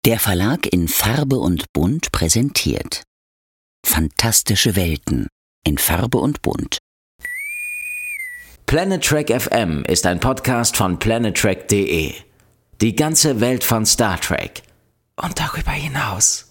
Der Verlag in Farbe und Bunt präsentiert Fantastische Welten in Farbe und Bunt. Planet Trek FM ist ein Podcast von planettrek.de. Die ganze Welt von Star Trek und darüber hinaus.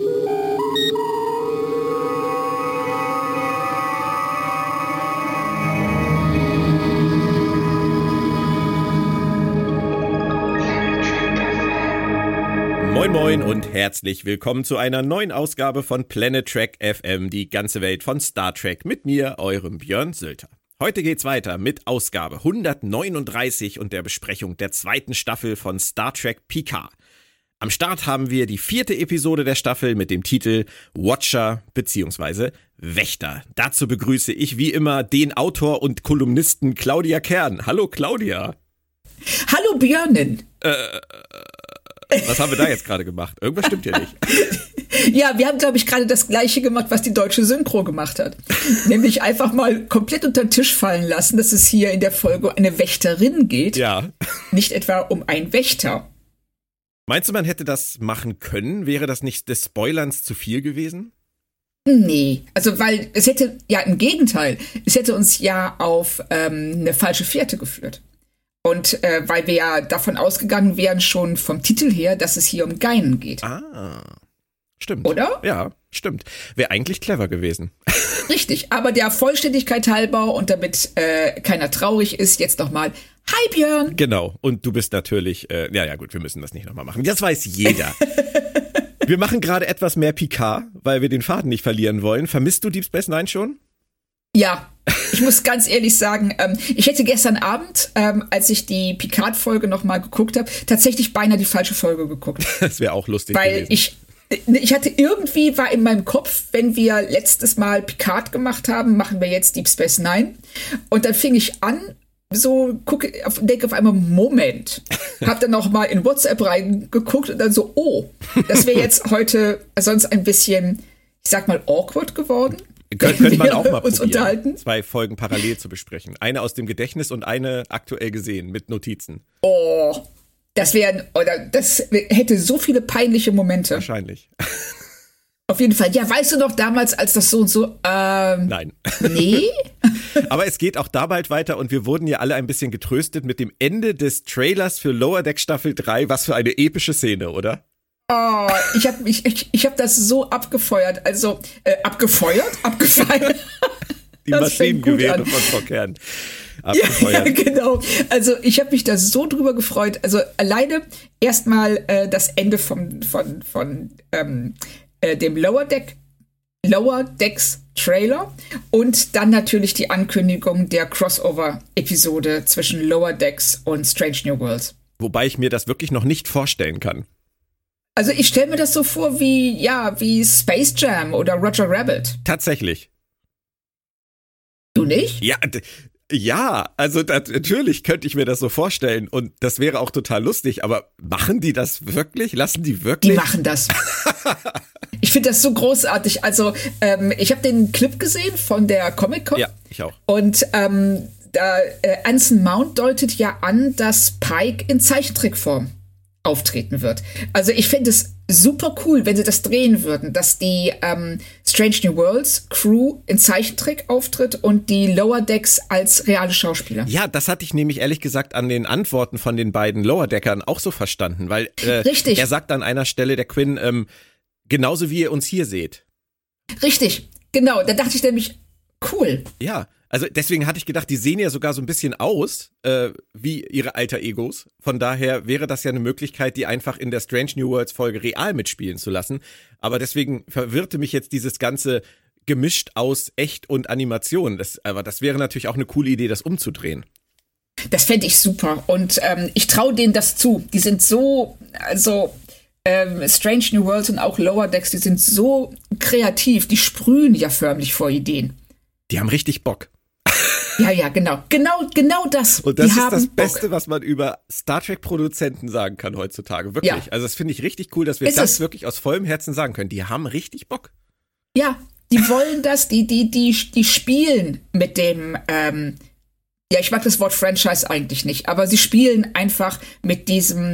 Moin Moin und herzlich willkommen zu einer neuen Ausgabe von Planet Trek FM, die ganze Welt von Star Trek, mit mir, eurem Björn Sülter. Heute geht's weiter mit Ausgabe 139 und der Besprechung der zweiten Staffel von Star Trek Picard. Am Start haben wir die 4. Episode der Staffel mit dem Titel Watcher bzw. Wächter. Dazu begrüße ich wie immer den Autor und Kolumnisten Claudia Kern. Hallo Claudia. Hallo Björnen. Was haben wir da jetzt gerade gemacht? Irgendwas stimmt hier nicht. Ja, wir haben, glaube ich, gerade das Gleiche gemacht, was die deutsche Synchro gemacht hat. Nämlich einfach mal komplett unter den Tisch fallen lassen, dass es hier in der Folge um eine Wächterin geht. Ja. Nicht etwa um einen Wächter. Meinst du, man hätte das machen können? Wäre das nicht des Spoilerns zu viel gewesen? Nee, also weil es hätte, ja im Gegenteil, es hätte uns ja auf eine falsche Fährte geführt. Und weil wir ja davon ausgegangen wären, schon vom Titel her, dass es hier um Geinen geht. Ah, stimmt. Oder? Ja, stimmt. Wäre eigentlich clever gewesen. Richtig, aber der Vollständigkeit halber und damit keiner traurig ist, jetzt nochmal, hi Björn! Genau, und du bist natürlich, ja gut, wir müssen das nicht nochmal machen. Das weiß jeder. Wir machen gerade etwas mehr Picard, weil wir den Faden nicht verlieren wollen. Vermisst du Deep Space Nine schon? Ja, ich muss ganz ehrlich sagen, ich hätte gestern Abend, als ich die Picard-Folge nochmal geguckt habe, tatsächlich beinahe die falsche Folge geguckt. Das wäre auch lustig weil gewesen. Ich hatte irgendwie, war in meinem Kopf, wenn wir letztes Mal Picard gemacht haben, machen wir jetzt Deep Space Nine. Und dann fing ich an, so denke auf einmal, Moment. Hab dann noch mal in WhatsApp reingeguckt und dann so, oh, das wäre jetzt heute sonst ein bisschen, ich sag mal, awkward geworden. Könnte man auch mal uns probieren, unterhalten. 2 Folgen parallel zu besprechen. Eine aus dem Gedächtnis und eine aktuell gesehen mit Notizen. Oh, das hätte so viele peinliche Momente. Wahrscheinlich. Auf jeden Fall. Ja, weißt du noch damals, als das so und so, Nein. Nee? Aber es geht auch da bald weiter und wir wurden ja alle ein bisschen getröstet mit dem Ende des Trailers für Lower Deck Staffel 3. Was für eine epische Szene, oder? Oh, ich hab das so abgefeuert. Also, abgefeiert. Die Maschinengewehre von Frau Kern. Abgefeuert. Ja, genau. Also, ich habe mich da so drüber gefreut. Also, alleine erstmal das Ende von dem Lower Decks Trailer und dann natürlich die Ankündigung der Crossover-Episode zwischen Lower Decks und Strange New Worlds. Wobei ich mir das wirklich noch nicht vorstellen kann. Also ich stelle mir das so vor wie Space Jam oder Roger Rabbit. Tatsächlich. Du nicht? Ja, also natürlich könnte ich mir das so vorstellen und das wäre auch total lustig, aber machen die das wirklich? Lassen die wirklich? Die machen das. Ich finde das so großartig. Also ich habe den Clip gesehen von der Comic-Con. Ja, ich auch. Und Anson Mount deutet ja an, dass Pike in Zeichentrickform auftreten wird. Also ich finde es super cool, wenn sie das drehen würden, dass die Strange New Worlds Crew in Zeichentrick auftritt und die Lower Decks als reale Schauspieler. Ja, das hatte ich nämlich ehrlich gesagt an den Antworten von den beiden Lower Deckern auch so verstanden, weil Richtig. Er sagt an einer Stelle, der Quinn, genauso wie ihr uns hier seht. Richtig, genau. Da dachte ich nämlich, cool. Ja, also deswegen hatte ich gedacht, die sehen ja sogar so ein bisschen aus wie ihre alter Egos. Von daher wäre das ja eine Möglichkeit, die einfach in der Strange New Worlds Folge real mitspielen zu lassen. Aber deswegen verwirrte mich jetzt dieses ganze gemischt aus echt und Animation. Aber das wäre natürlich auch eine coole Idee, das umzudrehen. Das fände ich super und ich traue denen das zu. Die sind so, also Strange New Worlds und auch Lower Decks, die sind so kreativ, die sprühen ja förmlich vor Ideen. Die haben richtig Bock. Ja, genau das. Und das die ist haben das Bock. Beste, was man über Star Trek-Produzenten sagen kann heutzutage. Wirklich. Ja. Also das finde ich richtig cool, dass wir das wirklich aus vollem Herzen sagen können. Die haben richtig Bock. Ja, die wollen das, die spielen mit dem, ja, ich mag das Wort Franchise eigentlich nicht, aber sie spielen einfach mit diesem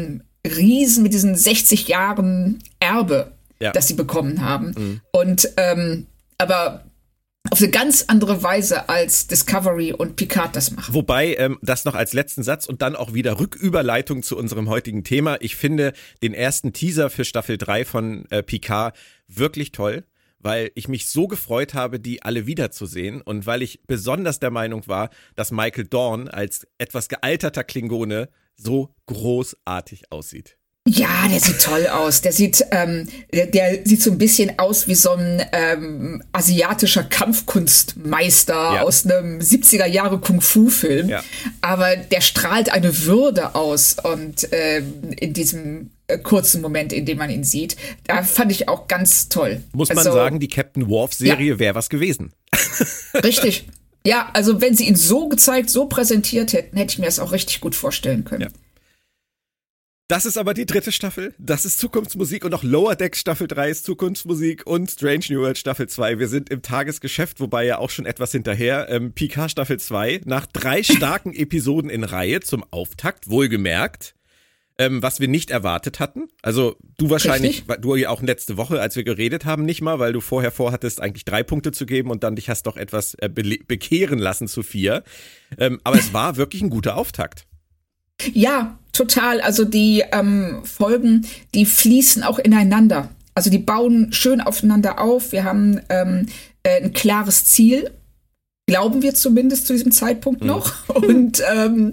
mit diesen 60 Jahren Erbe, das sie bekommen haben. Mhm. Und aber auf eine ganz andere Weise als Discovery und Picard das machen. Wobei, das noch als letzten Satz und dann auch wieder Rücküberleitung zu unserem heutigen Thema. Ich finde den ersten Teaser für Staffel 3 von Picard wirklich toll, weil ich mich so gefreut habe, die alle wiederzusehen und weil ich besonders der Meinung war, dass Michael Dorn als etwas gealterter Klingone so großartig aussieht. Ja, der sieht toll aus. Der sieht so ein bisschen aus wie so ein asiatischer Kampfkunstmeister aus einem 70er-Jahre Kung-Fu-Film. Ja. Aber der strahlt eine Würde aus und in diesem kurzen Moment, in dem man ihn sieht, da fand ich auch ganz toll. Muss man sagen, die Captain Worf-Serie wäre was gewesen. Richtig. Ja, also wenn sie ihn so gezeigt, so präsentiert hätten, hätte ich mir das auch richtig gut vorstellen können. Ja. Das ist aber die 3. Staffel, das ist Zukunftsmusik und auch Lower Decks Staffel 3 ist Zukunftsmusik und Strange New World Staffel 2. Wir sind im Tagesgeschäft, wobei ja auch schon etwas hinterher. Picard Staffel 2, nach 3 starken Episoden in Reihe zum Auftakt, wohlgemerkt, was wir nicht erwartet hatten. Also du wahrscheinlich, du ja auch letzte Woche, als wir geredet haben, nicht mal, weil du vorher vorhattest, eigentlich 3 Punkte zu geben und dann dich hast doch etwas bekehren lassen zu 4. Aber es war wirklich ein guter Auftakt. Ja, total. Also die Folgen, die fließen auch ineinander. Also die bauen schön aufeinander auf. Wir haben ein klares Ziel, glauben wir zumindest zu diesem Zeitpunkt noch. Und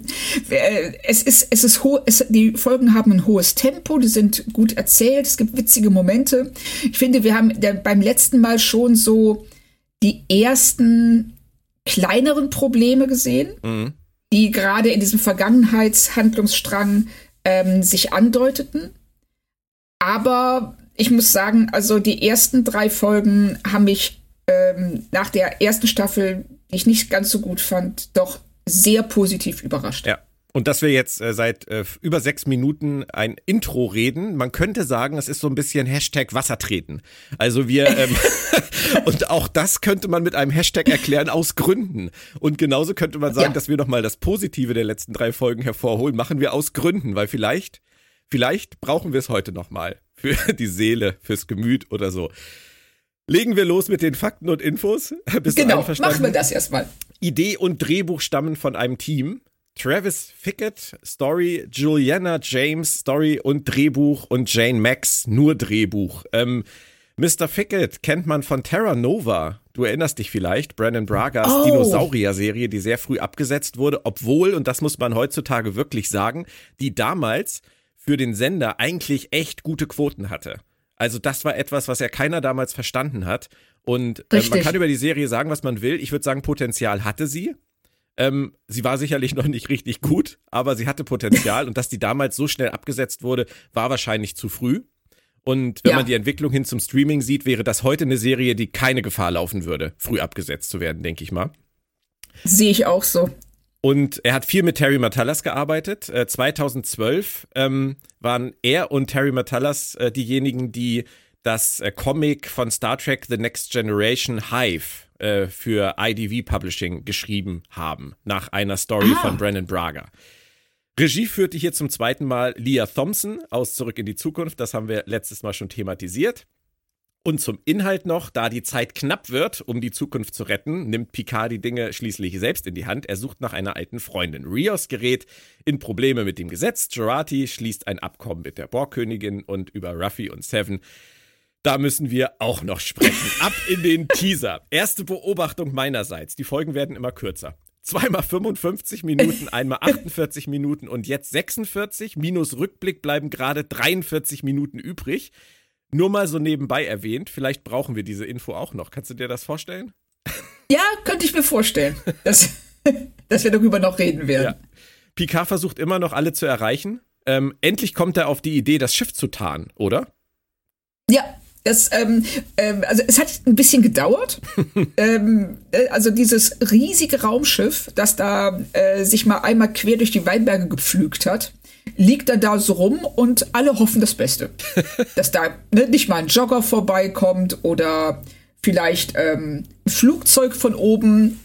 die Folgen haben ein hohes Tempo, die sind gut erzählt, es gibt witzige Momente. Ich finde, wir haben beim letzten Mal schon so die ersten kleineren Probleme gesehen. Mhm. Die gerade in diesem Vergangenheitshandlungsstrang sich andeuteten. Aber ich muss sagen, also die ersten 3 Folgen haben mich nach der ersten Staffel, die ich nicht ganz so gut fand, doch sehr positiv überrascht. Ja. Und dass wir jetzt seit über 6 Minuten ein Intro reden, man könnte sagen, es ist so ein bisschen Hashtag Wassertreten. Also wir, und auch das könnte man mit einem Hashtag erklären, aus Gründen. Und genauso könnte man sagen, dass wir nochmal das Positive der letzten 3 Folgen hervorholen, machen wir aus Gründen, weil vielleicht brauchen wir es heute nochmal für die Seele, fürs Gemüt oder so. Legen wir los mit den Fakten und Infos. Bist du einverstanden? Machen wir das erstmal. Idee und Drehbuch stammen von einem Team. Travis Fickett, Story, Juliana James, Story und Drehbuch und Jane Max, nur Drehbuch. Mr. Fickett kennt man von Terra Nova. Du erinnerst dich vielleicht, Brannon Bragas Dinosaurier-Serie, die sehr früh abgesetzt wurde, obwohl, und das muss man heutzutage wirklich sagen, die damals für den Sender eigentlich echt gute Quoten hatte. Also das war etwas, was ja keiner damals verstanden hat. Und man kann über die Serie sagen, was man will. Ich würde sagen, Potenzial hatte sie. Sie war sicherlich noch nicht richtig gut, aber sie hatte Potenzial und dass die damals so schnell abgesetzt wurde, war wahrscheinlich zu früh. Und wenn man die Entwicklung hin zum Streaming sieht, wäre das heute eine Serie, die keine Gefahr laufen würde, früh abgesetzt zu werden, denke ich mal. Sehe ich auch so. Und er hat viel mit Terry Matalas gearbeitet. 2012 waren er und Terry Matalas diejenigen, die das Comic von Star Trek The Next Generation Hive für IDV Publishing geschrieben haben, nach einer Story von Brannon Braga. Regie führte hier zum 2. Mal Leah Thompson aus Zurück in die Zukunft, das haben wir letztes Mal schon thematisiert. Und zum Inhalt noch, da die Zeit knapp wird, um die Zukunft zu retten, nimmt Picard die Dinge schließlich selbst in die Hand. Er sucht nach einer alten Freundin. Rios gerät in Probleme mit dem Gesetz, Jurati schließt ein Abkommen mit der Borgkönigin und über Ruffy und Seven. Da müssen wir auch noch sprechen. Ab in den Teaser. Erste Beobachtung meinerseits. Die Folgen werden immer kürzer. 2-mal 55 Minuten, 1-mal 48 Minuten und jetzt 46. Minus Rückblick bleiben gerade 43 Minuten übrig. Nur mal so nebenbei erwähnt. Vielleicht brauchen wir diese Info auch noch. Kannst du dir das vorstellen? Ja, könnte ich mir vorstellen, dass wir darüber noch reden werden. Ja. Picard versucht immer noch alle zu erreichen. Endlich kommt er auf die Idee, das Schiff zu tarnen, oder? Ja. Also es hat ein bisschen gedauert. Also dieses riesige Raumschiff, das da sich mal einmal quer durch die Weinberge gepflügt hat, liegt dann da so rum und alle hoffen das Beste. Dass da nicht mal ein Jogger vorbeikommt oder vielleicht ein Flugzeug von oben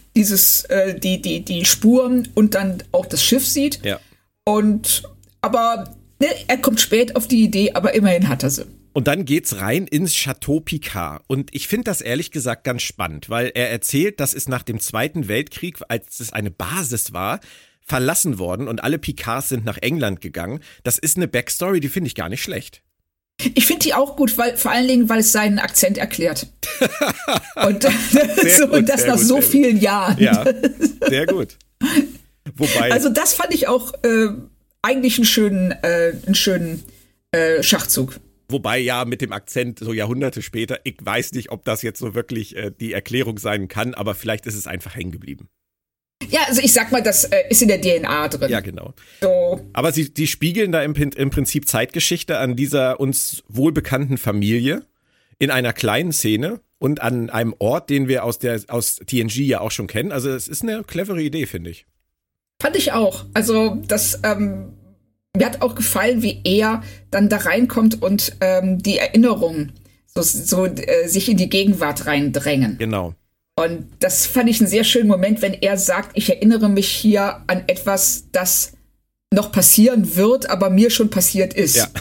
die Spuren und dann auch das Schiff sieht. Ja. Aber er kommt spät auf die Idee, aber immerhin hat er sie. Und dann geht's rein ins Chateau Picard. Und ich finde das ehrlich gesagt ganz spannend, weil er erzählt, das ist nach dem Zweiten Weltkrieg, als es eine Basis war, verlassen worden und alle Picards sind nach England gegangen. Das ist eine Backstory, die finde ich gar nicht schlecht. Ich finde die auch gut, vor allen Dingen, weil es seinen Akzent erklärt. Und das nach so vielen Jahren. Ja, sehr gut. Wobei. Also das fand ich auch eigentlich einen schönen Schachzug. Wobei ja mit dem Akzent so Jahrhunderte später, ich weiß nicht, ob das jetzt so wirklich die Erklärung sein kann, aber vielleicht ist es einfach hängen geblieben. Ja, also ich sag mal, das ist in der DNA drin. Ja, genau. So. Aber sie spiegeln da im Prinzip Zeitgeschichte an dieser uns wohlbekannten Familie in einer kleinen Szene und an einem Ort, den wir aus TNG ja auch schon kennen. Also es ist eine clevere Idee, finde ich. Fand ich auch. Also das mir hat auch gefallen, wie er dann da reinkommt und die Erinnerungen sich in die Gegenwart reindrängen. Genau. Und das fand ich einen sehr schönen Moment, wenn er sagt, ich erinnere mich hier an etwas, das noch passieren wird, aber mir schon passiert ist. Ja.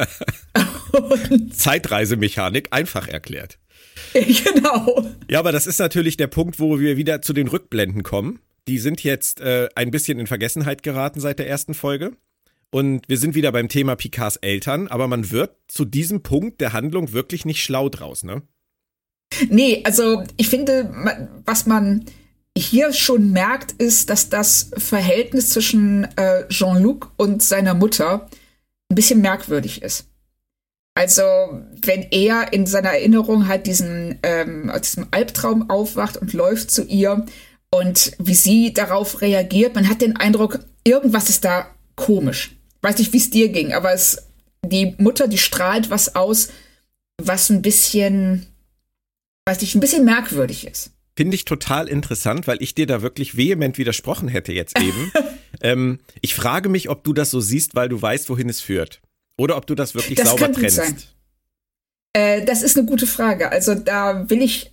Zeitreisemechanik einfach erklärt. Genau. Ja, aber das ist natürlich der Punkt, wo wir wieder zu den Rückblenden kommen. Die sind jetzt ein bisschen in Vergessenheit geraten seit der ersten Folge. Und wir sind wieder beim Thema Picards Eltern, aber man wird zu diesem Punkt der Handlung wirklich nicht schlau draus, ne? Nee, also ich finde, was man hier schon merkt, ist, dass das Verhältnis zwischen Jean-Luc und seiner Mutter ein bisschen merkwürdig ist. Also wenn er in seiner Erinnerung halt aus diesem Albtraum aufwacht und läuft zu ihr und wie sie darauf reagiert, man hat den Eindruck, irgendwas ist da komisch. Weiß nicht, wie es dir ging, aber die Mutter, die strahlt was aus, was ein bisschen merkwürdig ist. Finde ich total interessant, weil ich dir da wirklich vehement widersprochen hätte jetzt eben. Ich frage mich, ob du das so siehst, weil du weißt, wohin es führt. Oder ob du das wirklich das sauber trennst. Sein. Das ist eine gute Frage. Also da will ich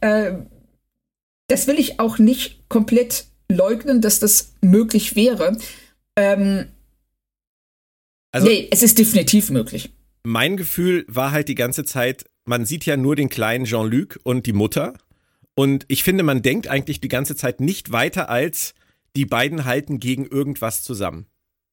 auch nicht komplett leugnen, dass das möglich wäre. Nee, es ist definitiv möglich. Mein Gefühl war halt die ganze Zeit, man sieht ja nur den kleinen Jean-Luc und die Mutter. Und ich finde, man denkt eigentlich die ganze Zeit nicht weiter als, die beiden halten gegen irgendwas zusammen.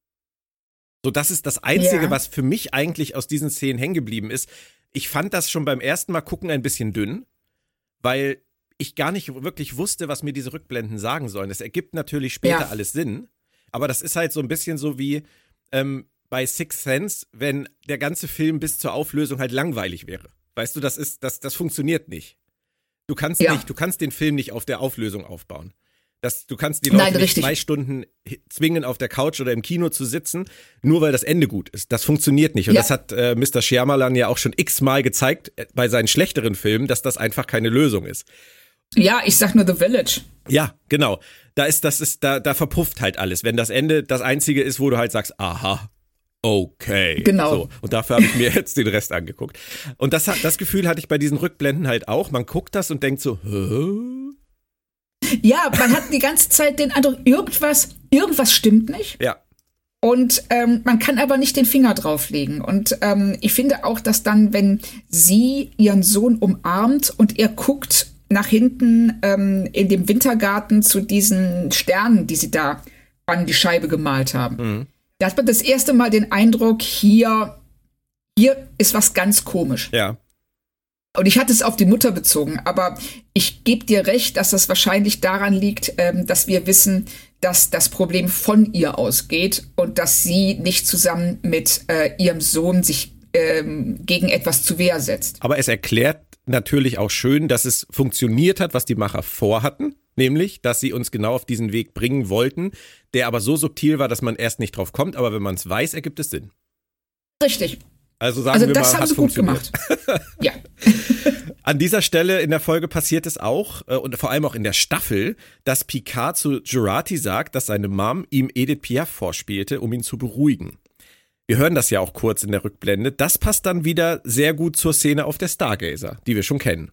So, das ist das Einzige, was für mich eigentlich aus diesen Szenen hängen geblieben ist. Ich fand das schon beim ersten Mal gucken ein bisschen dünn, weil ich gar nicht wirklich wusste, was mir diese Rückblenden sagen sollen. Es ergibt natürlich später alles Sinn, aber das ist halt so ein bisschen so wie bei Sixth Sense, wenn der ganze Film bis zur Auflösung halt langweilig wäre. Weißt du, das funktioniert nicht. Du kannst den Film nicht auf der Auflösung aufbauen. Du kannst die Leute nicht 2 Stunden zwingen, auf der Couch oder im Kino zu sitzen, nur weil das Ende gut ist. Das funktioniert nicht. Und das hat Mr. Shyamalan ja auch schon x-mal gezeigt bei seinen schlechteren Filmen, dass das einfach keine Lösung ist. Ja, ich sag nur The Village. Ja, genau. Da verpufft halt alles. Wenn das Ende das Einzige ist, wo du halt sagst, aha, okay. Genau. So, und dafür habe ich mir jetzt den Rest angeguckt. Und das Gefühl hatte ich bei diesen Rückblenden halt auch. Man guckt das und denkt so, hä? Ja, man hat die ganze Zeit den Eindruck, irgendwas stimmt nicht. Ja. Und man kann aber nicht den Finger drauflegen. Und ich finde auch, dass dann, wenn sie ihren Sohn umarmt und er guckt nach hinten in dem Wintergarten zu diesen Sternen, die sie da an die Scheibe gemalt haben, da hat man das erste Mal den Eindruck, hier ist was ganz komisch. Ja. Und ich hatte es auf die Mutter bezogen, aber ich gebe dir recht, dass das wahrscheinlich daran liegt, dass wir wissen, dass das Problem von ihr ausgeht und dass sie nicht zusammen mit ihrem Sohn sich gegen etwas zur Wehr setzt. Aber es erklärt natürlich auch schön, dass es funktioniert hat, was die Macher vorhatten, nämlich, dass sie uns genau auf diesen Weg bringen wollten, der aber so subtil war, dass man erst nicht drauf kommt, aber wenn man es weiß, ergibt es Sinn. Richtig. Also sagen wir das mal, haben sie gut gemacht. Ja. An dieser Stelle in der Folge passiert es auch, und vor allem auch in der Staffel, dass Picard zu Jurati sagt, dass seine Mom ihm Edith Piaf vorspielte, um ihn zu beruhigen. Wir hören das ja auch kurz in der Rückblende. Das passt dann wieder sehr gut zur Szene auf der Stargazer, die wir schon kennen.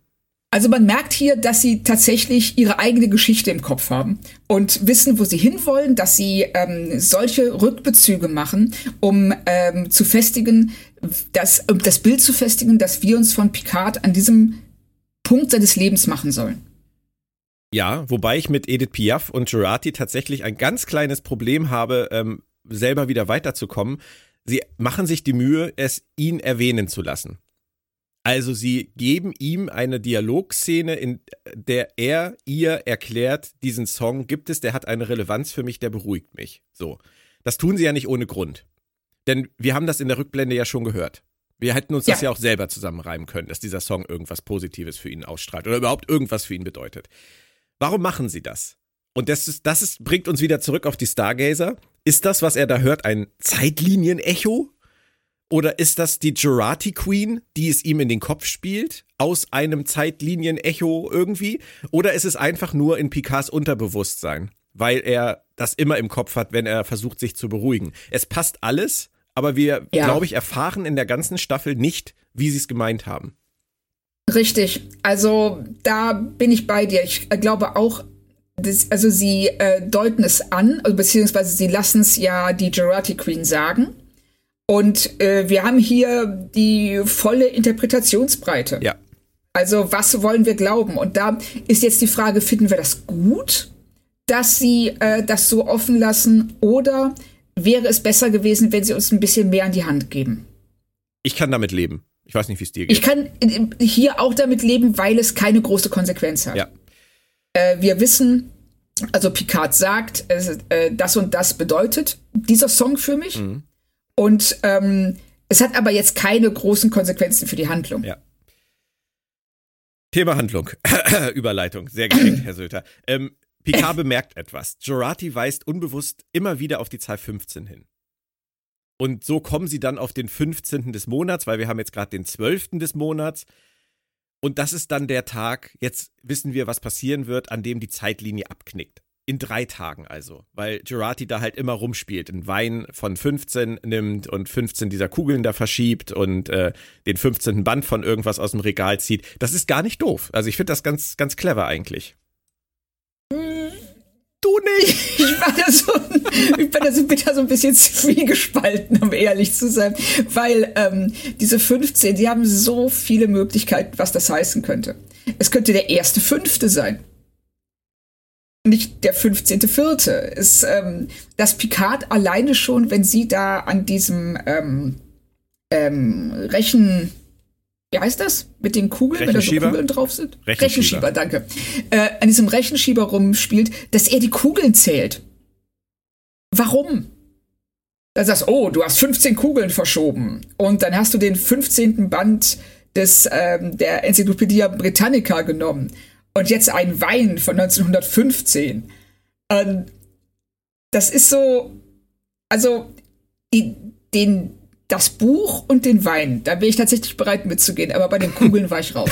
Also man merkt hier, dass sie tatsächlich ihre eigene Geschichte im Kopf haben und wissen, wo sie hinwollen, dass sie solche Rückbezüge machen, um zu festigen, das Bild zu festigen, dass wir uns von Picard an diesem Punkt seines Lebens machen sollen. Ja, wobei ich mit Edith Piaf und Jurati tatsächlich ein ganz kleines Problem habe, selber wieder weiterzukommen. Sie machen sich die Mühe, es ihn erwähnen zu lassen. Also sie geben ihm eine Dialogszene, in der er ihr erklärt, diesen Song gibt es, der hat eine Relevanz für mich, der beruhigt mich. So. Das tun sie ja nicht ohne Grund. Denn wir haben das in der Rückblende ja schon gehört. Wir hätten uns das ja auch selber zusammenreimen können, dass dieser Song irgendwas Positives für ihn ausstrahlt oder überhaupt irgendwas für ihn bedeutet. Warum machen sie das? Und das bringt uns wieder zurück auf die Stargazer. Ist das, was er da hört, ein Zeitlinienen-Echo? Oder ist das die Jurati Queen, die es ihm in den Kopf spielt, aus einem Zeitlinienen-Echo irgendwie? Oder ist es einfach nur in Picards Unterbewusstsein, weil er das immer im Kopf hat, wenn er versucht, sich zu beruhigen? Es passt alles, aber wir, glaube ich, erfahren in der ganzen Staffel nicht, wie sie es gemeint haben. Richtig, also da bin ich bei dir. Ich glaube auch, sie deuten es an, beziehungsweise sie lassen es ja die Jurati Queen sagen. Und wir haben hier die volle Interpretationsbreite. Ja. Also was wollen wir glauben? Und da ist jetzt die Frage, finden wir das gut, dass sie das so offen lassen? Oder wäre es besser gewesen, wenn sie uns ein bisschen mehr an die Hand geben? Ich kann damit leben. Ich weiß nicht, wie es dir geht. Ich kann hier auch damit leben, weil es keine große Konsequenz hat. Ja. Wir wissen, also Picard sagt, das und das bedeutet dieser Song für mich. Mhm. Und es hat aber jetzt keine großen Konsequenzen für die Handlung. Ja. Thema Handlung. Überleitung. Sehr geschickt, Herr Sölter. Picard bemerkt etwas. Jurati weist unbewusst immer wieder auf die Zahl 15 hin. Und so kommen sie dann auf den 15. des Monats, weil wir haben jetzt gerade den 12. des Monats. Und das ist dann der Tag, jetzt wissen wir, was passieren wird, an dem die Zeitlinie abknickt. In 3 Tagen also, weil Jurati da halt immer rumspielt, einen Wein von 15 nimmt und 15 dieser Kugeln da verschiebt und den 15. Band von irgendwas aus dem Regal zieht. Das ist gar nicht doof. Also ich finde das ganz, ganz clever eigentlich. Du nicht! Ich war da so ein bisschen zwiegespalten, um ehrlich zu sein, weil diese 15, die haben so viele Möglichkeiten, was das heißen könnte. Es könnte der 1.5. sein. Nicht der 15.4. Das Picard alleine schon, wenn sie da an diesem wie heißt das? Mit den Kugeln, wenn da so Kugeln drauf sind? Rechenschieber, danke. An diesem Rechenschieber rumspielt, dass er die Kugeln zählt. Warum? Da sagst du, oh, du hast 15 Kugeln verschoben. Und dann hast du den 15. Band der Enzyklopädie Britannica genommen. Und jetzt ein Wein von 1915. Das ist so, also das Buch und den Wein, da bin ich tatsächlich bereit mitzugehen, aber bei den Kugeln war ich raus.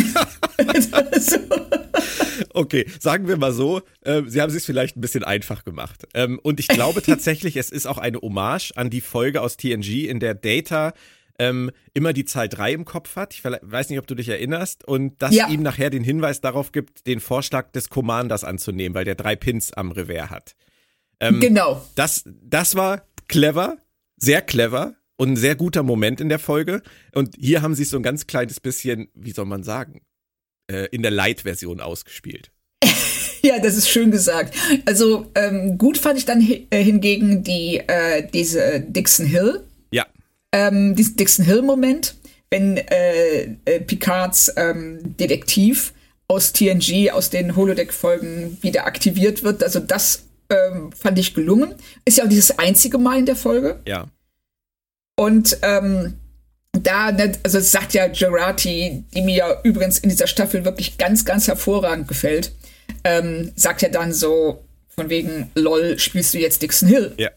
Okay, sagen wir mal so, sie haben es sich vielleicht ein bisschen einfach gemacht. Und ich glaube tatsächlich, es ist auch eine Hommage an die Folge aus TNG, in der Data immer die Zahl 3 im Kopf hat. Ich weiß nicht, ob du dich erinnerst. Und das ihm nachher den Hinweis darauf gibt, den Vorschlag des Commanders anzunehmen, weil der 3 Pins am Revers hat. Genau. Das war clever, sehr clever. Und ein sehr guter Moment in der Folge. Und hier haben sie es so ein ganz kleines bisschen, wie soll man sagen, in der Light-Version ausgespielt. Ja, das ist schön gesagt. Also gut fand ich dann hingegen diese Dixon Hill. Ja. Diesen Dixon Hill-Moment, wenn Picards Detektiv aus TNG, aus den Holodeck-Folgen wieder aktiviert wird. Also das fand ich gelungen. Ist ja auch dieses einzige Mal in der Folge. Ja. Und also es sagt ja Jurati, die mir übrigens in dieser Staffel wirklich ganz, ganz hervorragend gefällt, sagt ja dann so von wegen, lol, spielst du jetzt Dixon Hill? Ja.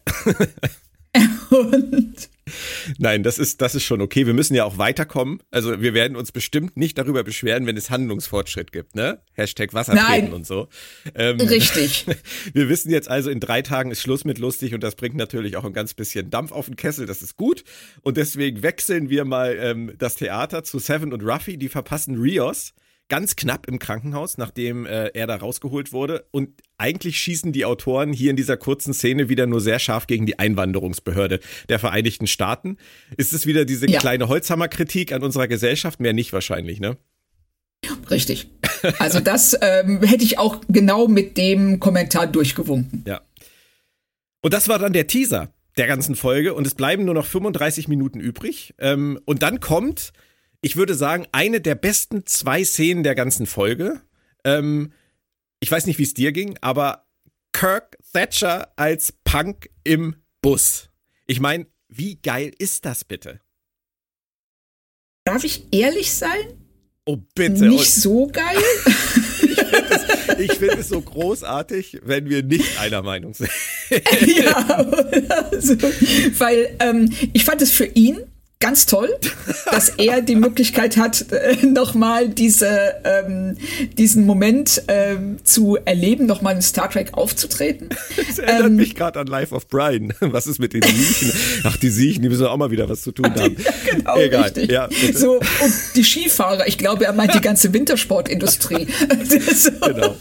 Und nein, das ist schon okay. Wir müssen ja auch weiterkommen. Also wir werden uns bestimmt nicht darüber beschweren, wenn es Handlungsfortschritt gibt, ne? Hashtag Wassertreten und so. Richtig. Wir wissen jetzt also, in 3 Tagen ist Schluss mit lustig und das bringt natürlich auch ein ganz bisschen Dampf auf den Kessel. Das ist gut. Und deswegen wechseln wir mal das Theater zu Seven und Ruffy. Die verpassen Rios. ganz knapp im Krankenhaus, nachdem er da rausgeholt wurde. Und eigentlich schießen die Autoren hier in dieser kurzen Szene wieder nur sehr scharf gegen die Einwanderungsbehörde der Vereinigten Staaten. Ist es wieder diese kleine Holzhammer-Kritik an unserer Gesellschaft? Mehr nicht wahrscheinlich, ne? Richtig. Also das hätte ich auch genau mit dem Kommentar durchgewunken. Ja. Und das war dann der Teaser der ganzen Folge und es bleiben nur noch 35 Minuten übrig. Und dann kommt, ich würde sagen, eine der besten 2 Szenen der ganzen Folge. Ich weiß nicht, wie es dir ging, aber Kirk Thatcher als Punk im Bus. Ich meine, wie geil ist das bitte? Darf ich ehrlich sein? Oh, bitte. Nicht so geil? Ich finde es so großartig, wenn wir nicht einer Meinung sind. Ja, also, weil ich fand es für ihn ganz toll, dass er die Möglichkeit hat, nochmal diesen Moment zu erleben, nochmal in Star Trek aufzutreten. Das erinnert mich gerade an Life of Brian. Was ist mit den Siechen? Ach, die Siechen, die müssen auch mal wieder was zu tun haben. Ja, genau, egal. Richtig. Ja, so, und die Skifahrer, ich glaube, er meint die ganze Wintersportindustrie. Genau.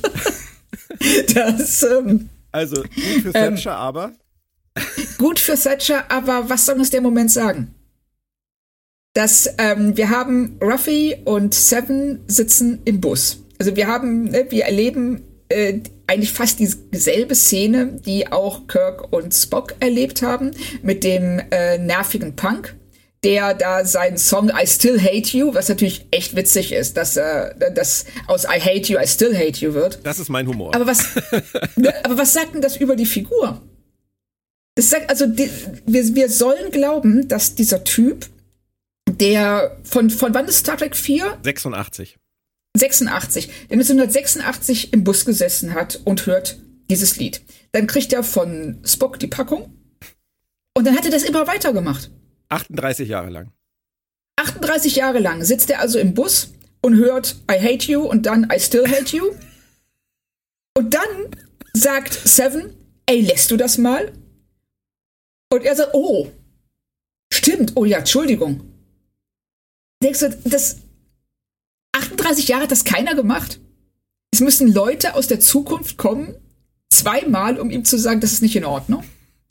Also, gut für Thatcher, aber? Gut für Thatcher, aber was soll uns der Moment sagen? Dass wir haben Ruffy und Seven sitzen im Bus. Also wir erleben eigentlich fast dieselbe Szene, die auch Kirk und Spock erlebt haben, mit dem nervigen Punk, der da seinen Song I Still Hate You, was natürlich echt witzig ist, dass das aus I Hate You, I Still Hate You wird. Das ist mein Humor. Aber was sagt denn das über die Figur? Das sagt, also wir sollen glauben, dass dieser Typ, der von wann ist Star Trek 4? 86. Der 1986 im Bus gesessen hat und hört dieses Lied. Dann kriegt er von Spock die Packung und dann hat er das immer weitergemacht. 38 Jahre lang. 38 Jahre lang sitzt er also im Bus und hört I Hate You und dann I Still Hate You. Und dann sagt Seven, ey, lässt du das mal? Und er sagt, oh, stimmt, oh ja, Entschuldigung. Denkst du, das 38 Jahre hat das keiner gemacht? Es müssen Leute aus der Zukunft kommen, 2-mal, um ihm zu sagen, das ist nicht in Ordnung.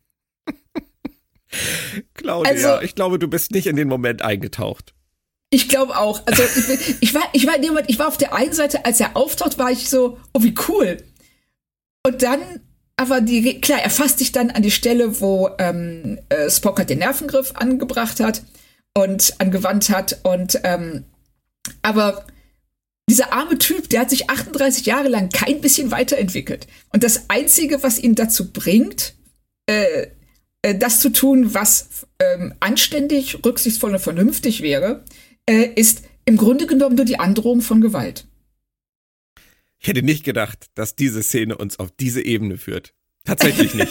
Claudia, also, ich glaube, du bist nicht in den Moment eingetaucht. Ich glaube auch. Also ich war auf der einen Seite, als er auftaucht, war ich so, oh, wie cool. Und dann, aber klar, er fasst sich dann an die Stelle, wo Spock halt den Nervengriff angebracht hat und angewandt hat. Und aber dieser arme Typ, der hat sich 38 Jahre lang kein bisschen weiterentwickelt. Und das Einzige, was ihn dazu bringt, das zu tun, was anständig, rücksichtsvoll und vernünftig wäre, ist im Grunde genommen nur die Androhung von Gewalt. Ich hätte nicht gedacht, dass diese Szene uns auf diese Ebene führt. Tatsächlich nicht.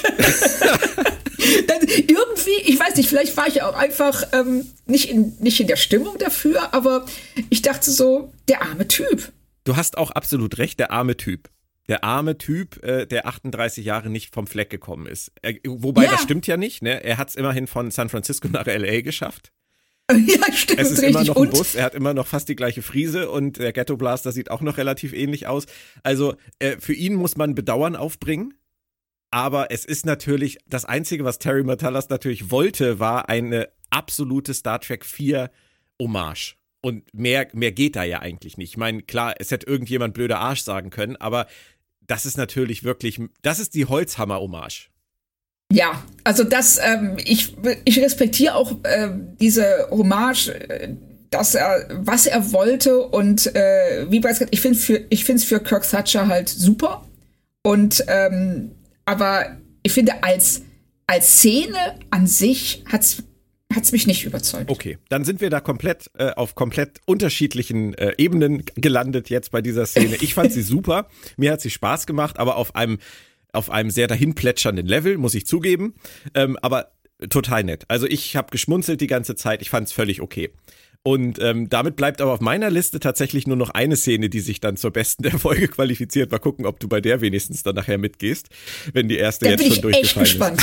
Irgendwie, ich weiß nicht, vielleicht war ich auch einfach nicht in der Stimmung dafür, aber ich dachte so, der arme Typ. Du hast auch absolut recht, der arme Typ. Der arme Typ, der 38 Jahre nicht vom Fleck gekommen ist. Wobei, das stimmt ja nicht, ne? Er hat es immerhin von San Francisco nach L.A. geschafft. Ja, stimmt. Es ist richtig. immer noch ein Bus, er hat immer noch fast die gleiche Frise und der Ghetto Blaster sieht auch noch relativ ähnlich aus. Also für ihn muss man Bedauern aufbringen. Aber es ist natürlich, das Einzige, was Terry Matalas natürlich wollte, war eine absolute Star Trek 4 Hommage. Und mehr geht da ja eigentlich nicht. Ich meine, klar, es hätte irgendjemand blöder Arsch sagen können, aber das ist natürlich wirklich, das ist die Holzhammer-Hommage. Ja, also das, ich respektiere auch diese Hommage, was er wollte und wie bereits gesagt, ich finde es für Kirk Thatcher halt super. Und aber ich finde, als Szene an sich hat's mich nicht überzeugt. Okay, dann sind wir da auf komplett unterschiedlichen Ebenen gelandet jetzt bei dieser Szene. Ich fand sie super, mir hat sie Spaß gemacht, aber auf einem sehr dahinplätschernden Level, muss ich zugeben, aber total nett. Also ich habe geschmunzelt die ganze Zeit, ich fand es völlig okay. Und damit bleibt aber auf meiner Liste tatsächlich nur noch eine Szene, die sich dann zur besten der Folge qualifiziert. Mal gucken, ob du bei der wenigstens dann nachher mitgehst, wenn die erste da jetzt schon durchgefallen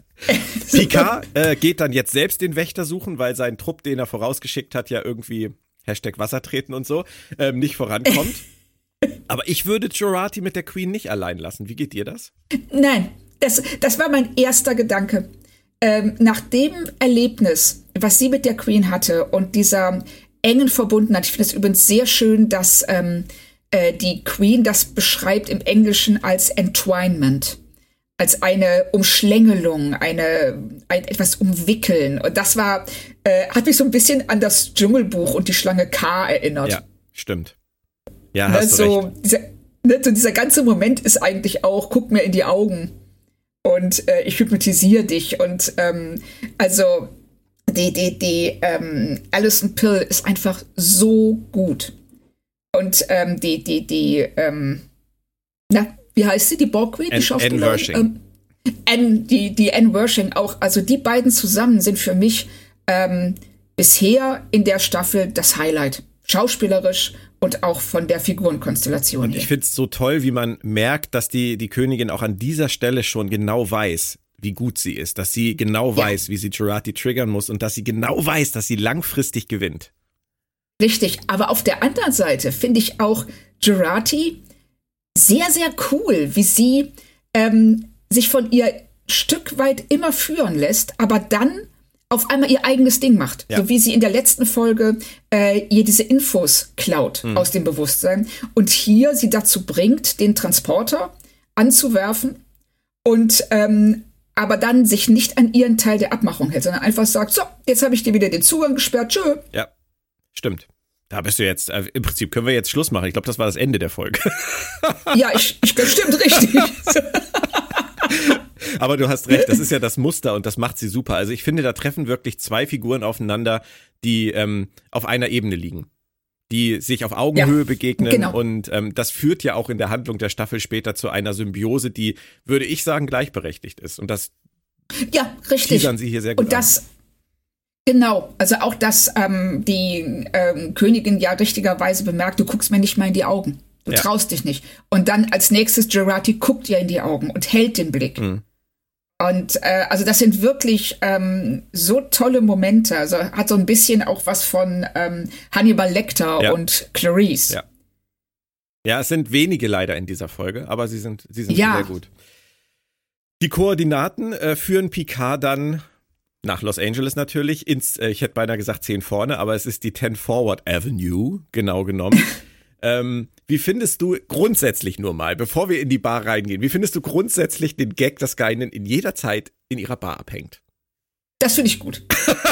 ist. Picard geht dann jetzt selbst den Wächter suchen, weil sein Trupp, den er vorausgeschickt hat, ja irgendwie Wasser treten und so, nicht vorankommt. Aber ich würde Jurati mit der Queen nicht allein lassen. Wie geht dir das? Nein, das war mein erster Gedanke. Nach dem Erlebnis, was sie mit der Queen hatte und dieser engen Verbundenheit, ich finde es übrigens sehr schön, dass die Queen das beschreibt im Englischen als Entwinement, als eine Umschlängelung, etwas umwickeln. Und das hat mich so ein bisschen an das Dschungelbuch und die Schlange K erinnert. Ja, stimmt. Ja, hast du recht. Dieser ganze Moment ist eigentlich auch, guck mir in die Augen und ich hypnotisiere dich. Und also die Alison Pill ist einfach so gut. Und wie heißt sie? Die Borg Queen? Die Schauspielerin? Anne Wershing. Die Anne Wershing auch. Also die beiden zusammen sind für mich bisher in der Staffel das Highlight. Schauspielerisch und auch von der Figurenkonstellation. Und ich finde es so toll, wie man merkt, dass die Königin auch an dieser Stelle schon genau weiß, wie gut sie ist. Dass sie genau weiß, wie sie Jurati triggern muss und dass sie genau weiß, dass sie langfristig gewinnt. Richtig, aber auf der anderen Seite finde ich auch Jurati sehr, sehr cool, wie sie sich von ihr Stück weit immer führen lässt, aber dann auf einmal ihr eigenes Ding macht. Ja. So wie sie in der letzten Folge ihr diese Infos klaut aus dem Bewusstsein und hier sie dazu bringt, den Transporter anzuwerfen und aber dann sich nicht an ihren Teil der Abmachung hält, sondern einfach sagt, so, jetzt habe ich dir wieder den Zugang gesperrt, tschö. Ja, stimmt. Da bist du jetzt, im Prinzip können wir jetzt Schluss machen. Ich glaube, das war das Ende der Folge. Ja, stimmt, richtig. Aber du hast recht, das ist ja das Muster und das macht sie super. Also ich finde, da treffen wirklich zwei Figuren aufeinander, die auf einer Ebene liegen, die sich auf Augenhöhe begegnen. Genau. Und das führt ja auch in der Handlung der Staffel später zu einer Symbiose, die, würde ich sagen, gleichberechtigt ist. Und das teasern sie hier sehr gut an. Genau, also auch, dass die Königin ja richtigerweise bemerkt, du guckst mir nicht mal in die Augen. Du traust dich nicht. Und dann als nächstes Jurati guckt ihr in die Augen und hält den Blick. Mhm. Und also das sind wirklich so tolle Momente. Also hat so ein bisschen auch was von Hannibal Lecter und Clarice. Ja, es sind wenige leider in dieser Folge, aber sie sind sehr gut. Die Koordinaten führen Picard dann nach Los Angeles natürlich, ich hätte beinahe gesagt 10 vorne, aber es ist die 10 Forward Avenue, genau genommen. Wie findest du grundsätzlich nur mal, bevor wir in die Bar reingehen, wie findest du grundsätzlich den Gag, dass Guinan in jeder Zeit in ihrer Bar abhängt? Das finde ich gut.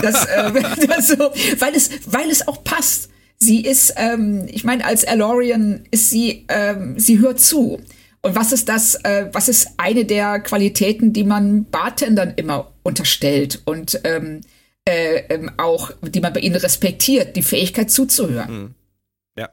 Weil es auch passt. Sie ist, ich meine, als Elorian ist sie hört zu. Und was ist eine der Qualitäten, die man Bartendern immer unterstellt und auch, die man bei ihnen respektiert, die Fähigkeit zuzuhören. Ja.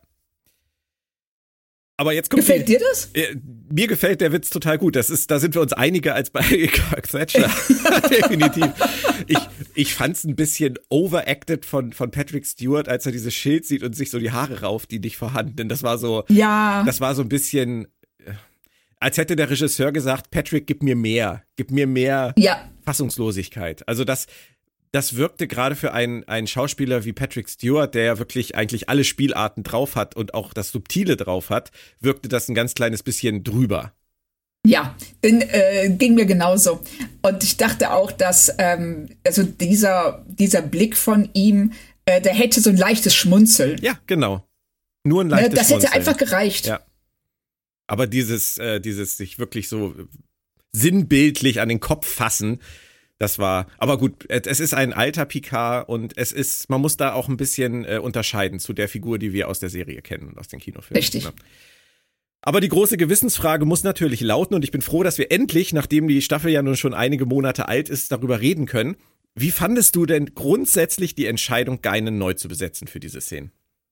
Aber jetzt kommt Gefällt dir das? Mir gefällt der Witz total gut. Da sind wir uns einiger als bei Kirk Thatcher. Definitiv. Ich fand's ein bisschen overacted von Patrick Stewart, als er dieses Schild sieht und sich so die Haare rauft, die nicht vorhanden. Denn das war so ein bisschen, als hätte der Regisseur gesagt, Patrick, gib mir mehr Fassungslosigkeit. Also das wirkte gerade für einen Schauspieler wie Patrick Stewart, der ja wirklich eigentlich alle Spielarten drauf hat und auch das Subtile drauf hat, wirkte das ein ganz kleines bisschen drüber. Ja, ging mir genauso. Und ich dachte auch, dass also dieser Blick von ihm, der hätte so ein leichtes Schmunzeln. Ja, genau. Nur ein leichtes Schmunzeln. Das hätte einfach gereicht. Ja. Aber dieses sich wirklich so sinnbildlich an den Kopf fassen, das war, aber gut, es ist ein alter Picard und man muss da auch ein bisschen unterscheiden zu der Figur, die wir aus der Serie kennen und aus den Kinofilmen. Richtig. Ne? Aber die große Gewissensfrage muss natürlich lauten und ich bin froh, dass wir endlich, nachdem die Staffel ja nun schon einige Monate alt ist, darüber reden können. Wie fandest du denn grundsätzlich die Entscheidung, Guinan neu zu besetzen für diese Szenen?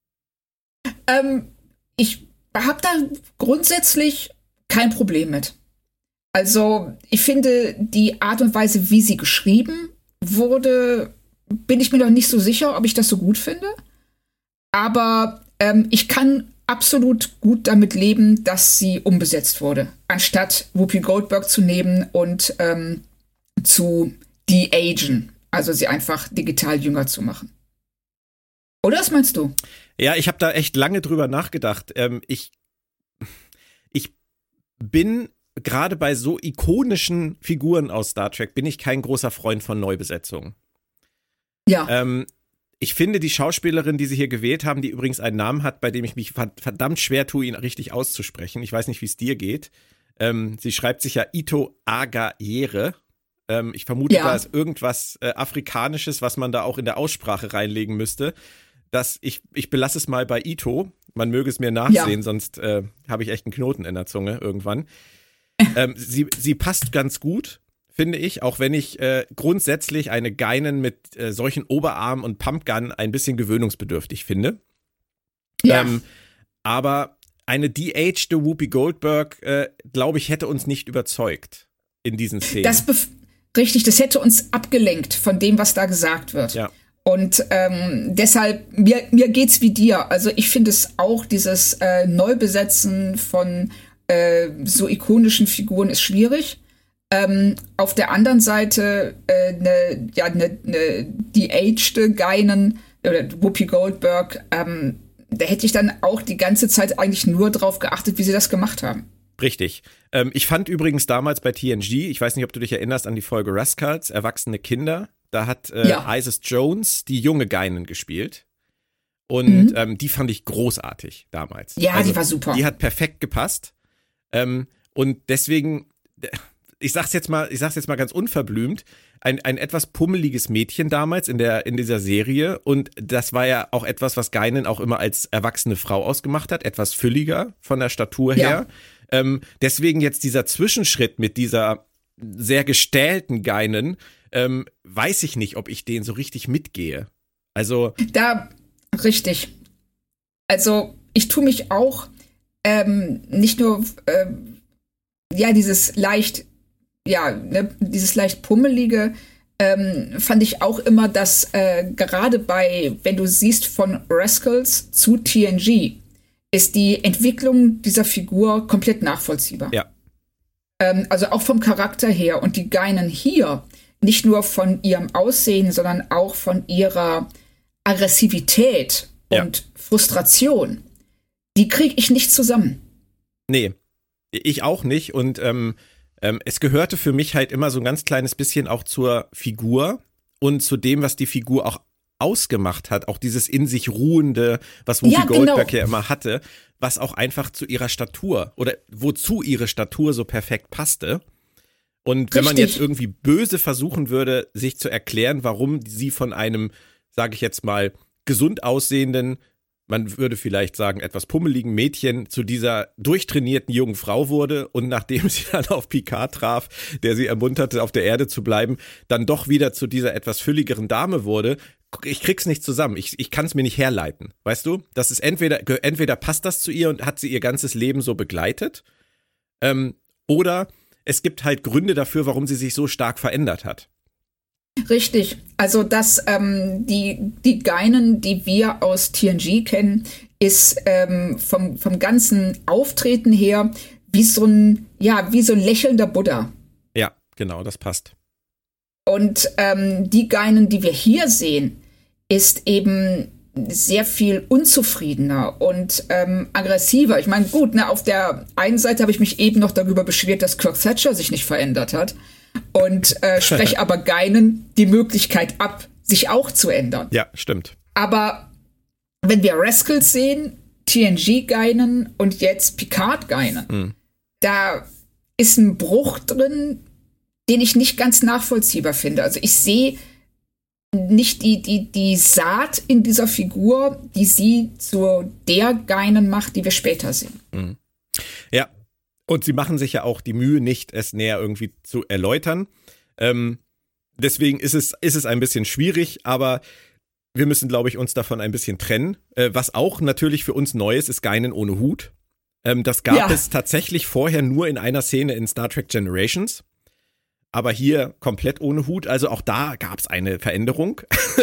Ich habe da grundsätzlich kein Problem mit. Also ich finde, die Art und Weise, wie sie geschrieben wurde, bin ich mir noch nicht so sicher, ob ich das so gut finde. Aber ich kann absolut gut damit leben, dass sie umbesetzt wurde, anstatt Whoopi Goldberg zu nehmen und zu de-agen, also sie einfach digital jünger zu machen. Oder was meinst du? Ja, ich habe da echt lange drüber nachgedacht. Ich bin gerade bei so ikonischen Figuren aus Star Trek, bin ich kein großer Freund von Neubesetzungen. Ja. Ich finde, die Schauspielerin, die sie hier gewählt haben, die übrigens einen Namen hat, bei dem ich mich verdammt schwer tue, ihn richtig auszusprechen. Ich weiß nicht, wie es dir geht. Sie schreibt sich ja Ito Agayere. Ich vermute, da ist irgendwas Afrikanisches, was man da auch in der Aussprache reinlegen müsste. Ich belasse es mal bei Ito. Man möge es mir nachsehen, sonst habe ich echt einen Knoten in der Zunge irgendwann. Sie passt ganz gut, finde ich, auch wenn ich grundsätzlich eine Guinan mit solchen Oberarm und Pumpgun ein bisschen gewöhnungsbedürftig finde. Ja. Aber eine de-aged Whoopi Goldberg, glaube ich, hätte uns nicht überzeugt in diesen Szenen. Richtig, das hätte uns abgelenkt von dem, was da gesagt wird. Ja. Und deshalb, mir geht's wie dir. Also ich finde es auch, dieses Neubesetzen von so ikonischen Figuren ist schwierig. Auf der anderen Seite eine de-aged Guinan oder Whoopi Goldberg, da hätte ich dann auch die ganze Zeit eigentlich nur drauf geachtet, wie sie das gemacht haben. Richtig. Ich fand übrigens damals bei TNG, ich weiß nicht, ob du dich erinnerst an die Folge Rascals, erwachsene Kinder, da hat Isis Jones die junge Guinan gespielt. Und die fand ich großartig damals. Ja, also, die war super. Die hat perfekt gepasst. Und deswegen, ich sag's jetzt mal ganz unverblümt, ein etwas pummeliges Mädchen damals in dieser Serie. Und das war ja auch etwas, was Guinan auch immer als erwachsene Frau ausgemacht hat, etwas fülliger von der Statur her. Deswegen jetzt dieser Zwischenschritt mit dieser sehr gestählten Guinan, weiß ich nicht, ob ich den so richtig mitgehe. Also richtig. Also ich tue mich auch nicht nur dieses leicht pummelige fand ich auch immer, dass gerade wenn du siehst von Rascals zu TNG, ist die Entwicklung dieser Figur komplett nachvollziehbar. Ja. Also auch vom Charakter her. Und die Guinan hier, nicht nur von ihrem Aussehen, sondern auch von ihrer Aggressivität und Frustration, die kriege ich nicht zusammen. Nee, ich auch nicht. Und es gehörte für mich halt immer so ein ganz kleines bisschen auch zur Figur und zu dem, was die Figur auch ausgemacht hat. Auch dieses in sich Ruhende, was Whoopi Goldberg ja immer hatte, was auch einfach zu ihrer Statur oder wozu ihre Statur so perfekt passte. Und wenn man jetzt irgendwie böse versuchen würde, sich zu erklären, warum sie von einem, sage ich jetzt mal, gesund aussehenden, man würde vielleicht sagen, etwas pummeligen Mädchen zu dieser durchtrainierten jungen Frau wurde und nachdem sie dann auf Picard traf, der sie ermunterte, auf der Erde zu bleiben, dann doch wieder zu dieser etwas fülligeren Dame wurde. Ich krieg's nicht zusammen. Ich kann es mir nicht herleiten. Weißt du? Das ist entweder passt das zu ihr und hat sie ihr ganzes Leben so begleitet, oder es gibt halt Gründe dafür, warum sie sich so stark verändert hat. Richtig. Also die Guinan, die wir aus TNG kennen, ist vom ganzen Auftreten her wie so ein lächelnder Buddha. Ja, genau, das passt. Und die Guinan, die wir hier sehen, ist eben sehr viel unzufriedener und aggressiver. Ich meine, gut, auf der einen Seite habe ich mich eben noch darüber beschwert, dass Kirk Thatcher sich nicht verändert hat und spreche aber Guinan die Möglichkeit ab, sich auch zu ändern. Ja, stimmt. Aber wenn wir Rascals sehen, TNG Guinan und jetzt Picard Guinan, da ist ein Bruch drin, den ich nicht ganz nachvollziehbar finde. Also ich sehe nicht die Saat in dieser Figur, die sie zu der Guinan macht, die wir später sehen. Mhm. Ja, und sie machen sich ja auch die Mühe nicht, es näher irgendwie zu erläutern. Deswegen ist es ein bisschen schwierig, aber wir müssen, glaube ich, uns davon ein bisschen trennen. Was auch natürlich für uns neu ist Guinan ohne Hut. Das gab es tatsächlich vorher nur in einer Szene in Star Trek Generations. Aber hier komplett ohne Hut, also auch da gab es eine Veränderung.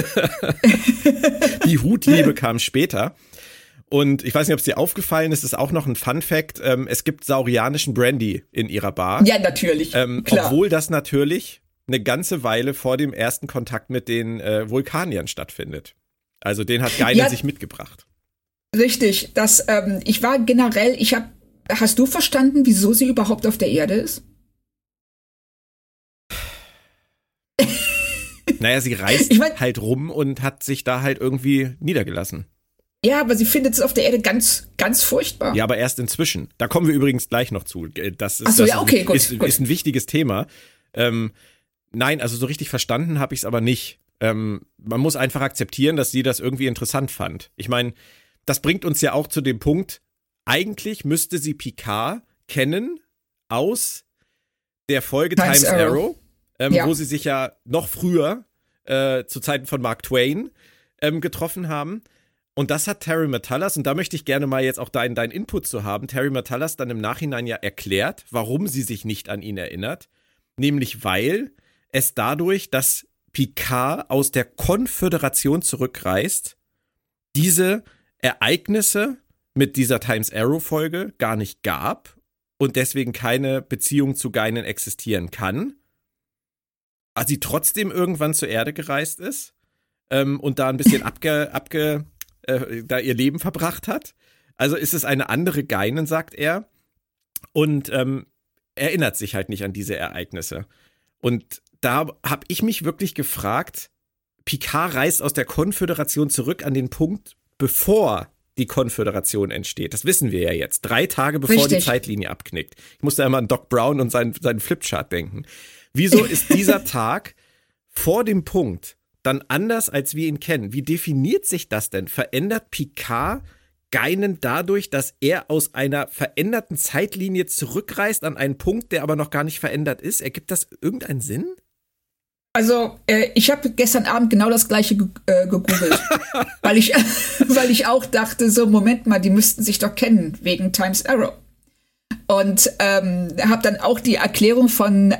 Die Hutliebe kam später. Und ich weiß nicht, ob es dir aufgefallen ist, ist auch noch ein Fun-Fact. Es gibt saurianischen Brandy in ihrer Bar. Ja, natürlich, klar. Obwohl das natürlich eine ganze Weile vor dem ersten Kontakt mit den Vulkaniern stattfindet. Also den hat Guinan sich mitgebracht. Richtig, ich war generell, hast du verstanden, wieso sie überhaupt auf der Erde ist? Naja, sie reist halt rum und hat sich da halt irgendwie niedergelassen. Ja, aber sie findet es auf der Erde ganz, ganz furchtbar. Ja, aber erst inzwischen. Da kommen wir übrigens gleich noch zu. Das ist, Ach so, ja, okay, gut. Ist ein wichtiges Thema. Nein, also so richtig verstanden habe ich es aber nicht. Man muss einfach akzeptieren, dass sie das irgendwie interessant fand. Ich meine, das bringt uns ja auch zu dem Punkt, eigentlich müsste sie Picard kennen aus der Folge Times Arrow, wo sie sich ja noch früher, zu Zeiten von Mark Twain, getroffen haben. Und das hat Terry Matalas, und da möchte ich gerne mal jetzt auch deinen Input zu haben, Terry Matalas dann im Nachhinein ja erklärt, warum sie sich nicht an ihn erinnert. Nämlich weil es dadurch, dass Picard aus der Konföderation zurückreist, diese Ereignisse mit dieser Times Arrow-Folge gar nicht gab und deswegen keine Beziehung zu Guinan existieren kann. Aber sie trotzdem irgendwann zur Erde gereist ist und da ein bisschen da ihr Leben verbracht hat. Also ist es eine andere Guinan, sagt er. Und erinnert sich halt nicht an diese Ereignisse. Und da habe ich mich wirklich gefragt, Picard reist aus der Konföderation zurück an den Punkt, bevor die Konföderation entsteht. Das wissen wir ja jetzt. 3 Tage bevor die Zeitlinie abknickt. Ich musste einmal an Doc Brown und seinen Flipchart denken. Wieso ist dieser Tag vor dem Punkt dann anders, als wir ihn kennen? Wie definiert sich das denn? Verändert Picard Guinan dadurch, dass er aus einer veränderten Zeitlinie zurückreist an einen Punkt, der aber noch gar nicht verändert ist? Ergibt das irgendeinen Sinn? Also, ich habe gestern Abend genau das Gleiche gegoogelt, weil ich auch dachte, so, Moment mal, die müssten sich doch kennen, wegen Times Arrow. Und habe dann auch die Erklärung von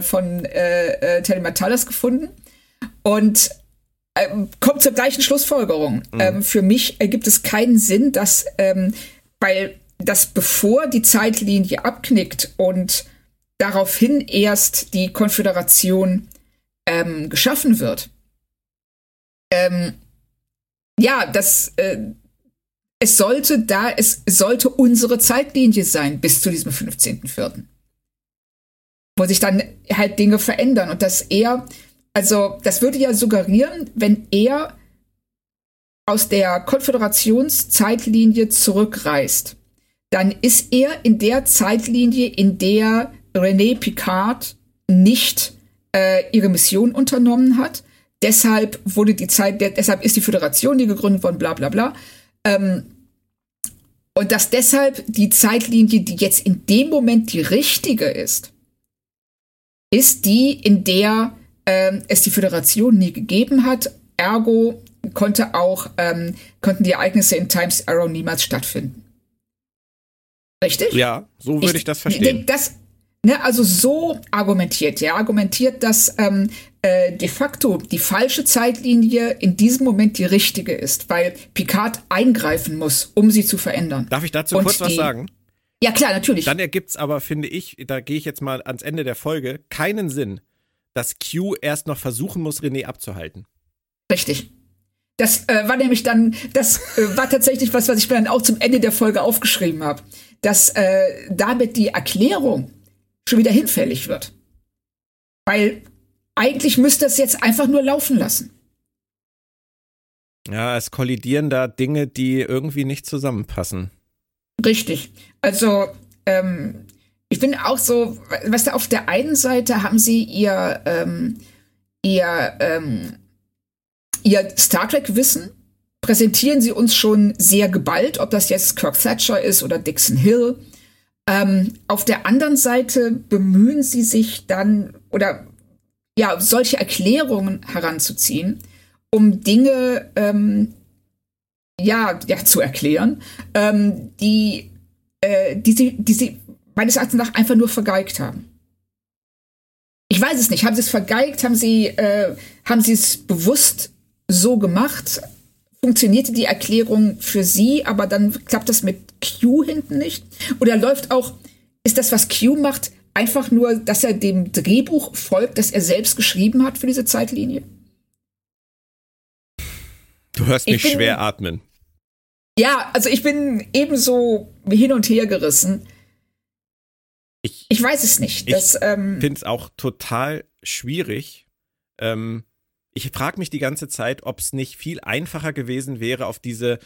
Terry Matalas gefunden und kommt zur gleichen Schlussfolgerung. Für mich ergibt es keinen Sinn, dass, weil das bevor die Zeitlinie abknickt und daraufhin erst die Konföderation geschaffen wird. Es sollte unsere Zeitlinie sein bis zu diesem 15.04. Wo sich dann halt Dinge verändern und das würde ja suggerieren, wenn er aus der Konföderationszeitlinie zurückreist, dann ist er in der Zeitlinie, in der René Picard nicht ihre Mission unternommen hat. Deshalb ist die Föderation die gegründet worden, bla bla bla. Und dass deshalb die Zeitlinie, die jetzt in dem Moment die richtige ist die, in der es die Föderation nie gegeben hat. Ergo konnten die Ereignisse in Times Arrow niemals stattfinden. Richtig? Ja, so würde ich das verstehen. Also so argumentiert, dass de facto die falsche Zeitlinie in diesem Moment die richtige ist, weil Picard eingreifen muss, um sie zu verändern. Darf ich dazu kurz was sagen? Ja, klar, natürlich. Dann ergibt's aber, finde ich, da gehe ich jetzt mal ans Ende der Folge, keinen Sinn, dass Q erst noch versuchen muss, René abzuhalten. Richtig. Das war tatsächlich was ich mir dann auch zum Ende der Folge aufgeschrieben habe, dass damit die Erklärung schon wieder hinfällig wird. Weil eigentlich müsste es jetzt einfach nur laufen lassen. Ja, es kollidieren da Dinge, die irgendwie nicht zusammenpassen. Richtig. Also, ich finde auch so, weißt du, auf der einen Seite haben sie ihr Star Trek-Wissen, präsentieren sie uns schon sehr geballt, ob das jetzt Kirk Thatcher ist oder Dixon Hill. Auf der anderen Seite bemühen sie sich dann, solche Erklärungen heranzuziehen, um Dinge zu erklären, die sie meines Erachtens nach einfach nur vergeigt haben. Ich weiß es nicht. Haben sie es vergeigt? Haben sie es bewusst so gemacht? Funktionierte die Erklärung für sie, aber dann klappt das mit Q hinten nicht? Oder ist das, was Q macht, einfach nur, dass er dem Drehbuch folgt, das er selbst geschrieben hat für diese Zeitlinie? Du hörst mich schwer atmen. Ja, also ich bin ebenso hin und her gerissen. Ich weiß es nicht. Ich finde es auch total schwierig. Ich frage mich die ganze Zeit, ob es nicht viel einfacher gewesen wäre, auf die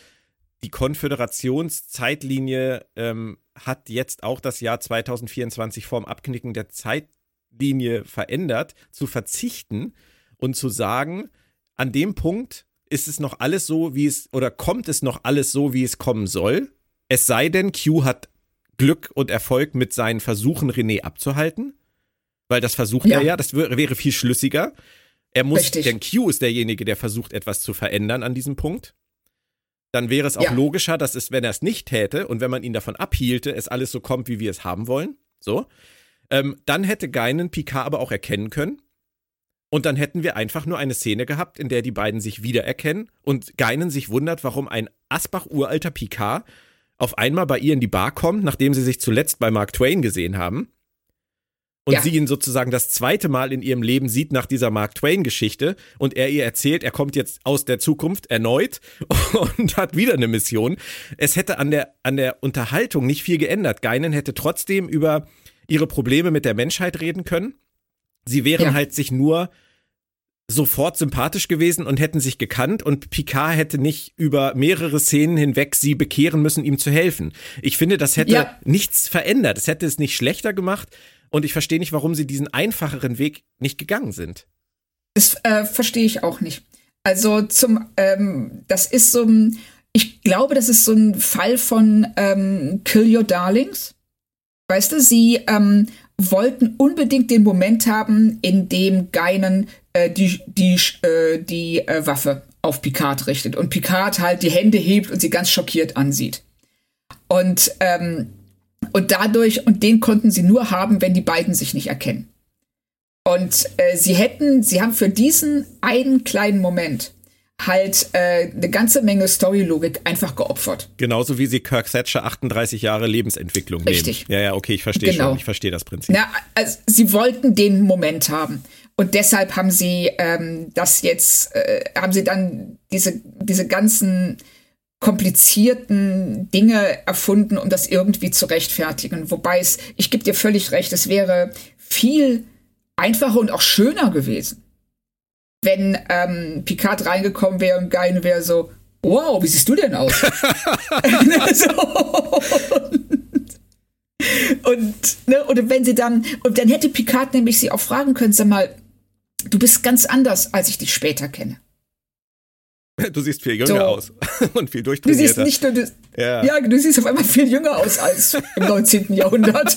Konföderationszeitlinie hat jetzt auch das Jahr 2024 vorm Abknicken der Zeitlinie verändert, zu verzichten und zu sagen, an dem Punkt ist es noch alles so, kommt es noch alles so, wie es kommen soll. Es sei denn, Q hat Glück und Erfolg mit seinen Versuchen, René abzuhalten. Weil das versucht er ja, das wäre viel schlüssiger. Denn Q ist derjenige, der versucht, etwas zu verändern an diesem Punkt. Dann wäre es auch logischer, dass es, wenn er es nicht täte und wenn man ihn davon abhielte, es alles so kommt, wie wir es haben wollen. So. Dann hätte Guinan Picard aber auch erkennen können. Und dann hätten wir einfach nur eine Szene gehabt, in der die beiden sich wiedererkennen und Guinan sich wundert, warum ein Asbach-uralter Picard auf einmal bei ihr in die Bar kommt, nachdem sie sich zuletzt bei Mark Twain gesehen haben. Und sie ihn sozusagen das zweite Mal in ihrem Leben sieht nach dieser Mark Twain-Geschichte und er ihr erzählt, er kommt jetzt aus der Zukunft erneut und hat wieder eine Mission. Es hätte an der Unterhaltung nicht viel geändert. Guinan hätte trotzdem über ihre Probleme mit der Menschheit reden können. Sie wären halt sich nur sofort sympathisch gewesen und hätten sich gekannt und Picard hätte nicht über mehrere Szenen hinweg sie bekehren müssen, ihm zu helfen. Ich finde, das hätte nichts verändert. Es hätte es nicht schlechter gemacht und ich verstehe nicht, warum sie diesen einfacheren Weg nicht gegangen sind. Das verstehe ich auch nicht. Also das ist so ich glaube, das ist so ein Fall von Kill Your Darlings. Weißt du, sie wollten unbedingt den Moment haben, in dem Guinan die Waffe auf Picard richtet und Picard halt die Hände hebt und sie ganz schockiert ansieht. Und den konnten sie nur haben, wenn die beiden sich nicht erkennen. Und sie haben für diesen einen kleinen Moment halt eine ganze Menge Storylogik einfach geopfert. Genauso wie sie Kirk Thatcher 38 Jahre Lebensentwicklung Richtig. nehmen. Ja, okay, ich verstehe schon. Ich verstehe das Prinzip. Na, also, sie wollten den Moment haben. Und deshalb haben sie haben sie dann diese ganzen komplizierten Dinge erfunden, um das irgendwie zu rechtfertigen. Wobei ich gebe dir völlig recht, es wäre viel einfacher und auch schöner gewesen, wenn Picard reingekommen wäre und Guinan wäre so, wow, wie siehst du denn aus? Und wenn sie dann hätte Picard nämlich sie auch fragen können, sag mal, du bist ganz anders, als ich dich später kenne. Du siehst viel jünger aus und viel durchtrainierter. Du siehst du siehst auf einmal viel jünger aus als im 19. Jahrhundert.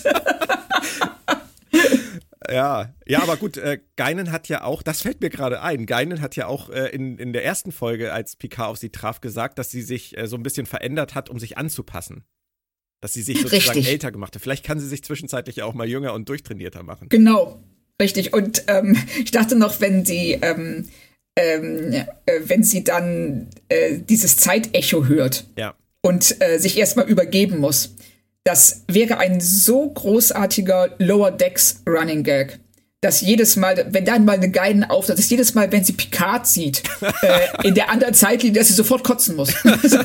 Ja, aber gut, Guinan hat ja auch, das fällt mir gerade ein, Guinan hat ja auch in der ersten Folge, als Picard auf sie traf, gesagt, dass sie sich so ein bisschen verändert hat, um sich anzupassen. Dass sie sich sozusagen älter gemacht hat. Vielleicht kann sie sich zwischenzeitlich ja auch mal jünger und durchtrainierter machen. Genau, richtig. Und ich dachte noch, wenn sie dann dieses Zeitecho hört und sich erstmal übergeben muss, das wäre ein so großartiger Lower Decks Running Gag, dass jedes Mal, wenn dann mal eine Guinan auftaucht, dass jedes Mal, wenn sie Picard sieht, in der anderen Zeitlinie, dass sie sofort kotzen muss.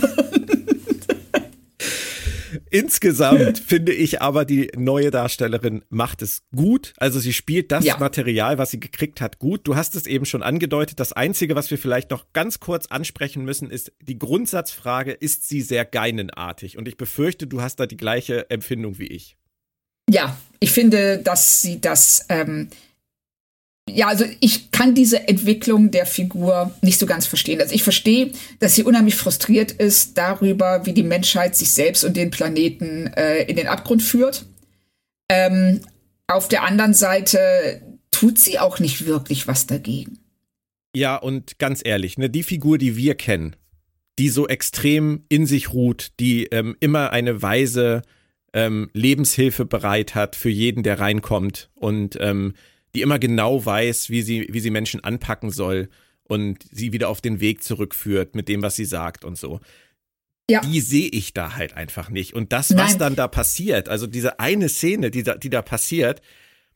Insgesamt finde ich aber, die neue Darstellerin macht es gut. Also sie spielt das Material, was sie gekriegt hat, gut. Du hast es eben schon angedeutet. Das Einzige, was wir vielleicht noch ganz kurz ansprechen müssen, ist die Grundsatzfrage, ist sie sehr Guinan-artig? Und ich befürchte, du hast da die gleiche Empfindung wie ich. Ja, ich finde, dass sie das also ich kann diese Entwicklung der Figur nicht so ganz verstehen. Also ich verstehe, dass sie unheimlich frustriert ist darüber, wie die Menschheit sich selbst und den Planeten in den Abgrund führt. Auf der anderen Seite tut sie auch nicht wirklich was dagegen. Ja, und ganz ehrlich, ne, die Figur, die wir kennen, die so extrem in sich ruht, die immer eine weise Lebenshilfe bereit hat für jeden, der reinkommt und die immer genau weiß, wie sie Menschen anpacken soll und sie wieder auf den Weg zurückführt mit dem, was sie sagt und so. Ja. Die sehe ich da halt einfach nicht. Und das, was dann da passiert, also diese eine Szene, die da passiert,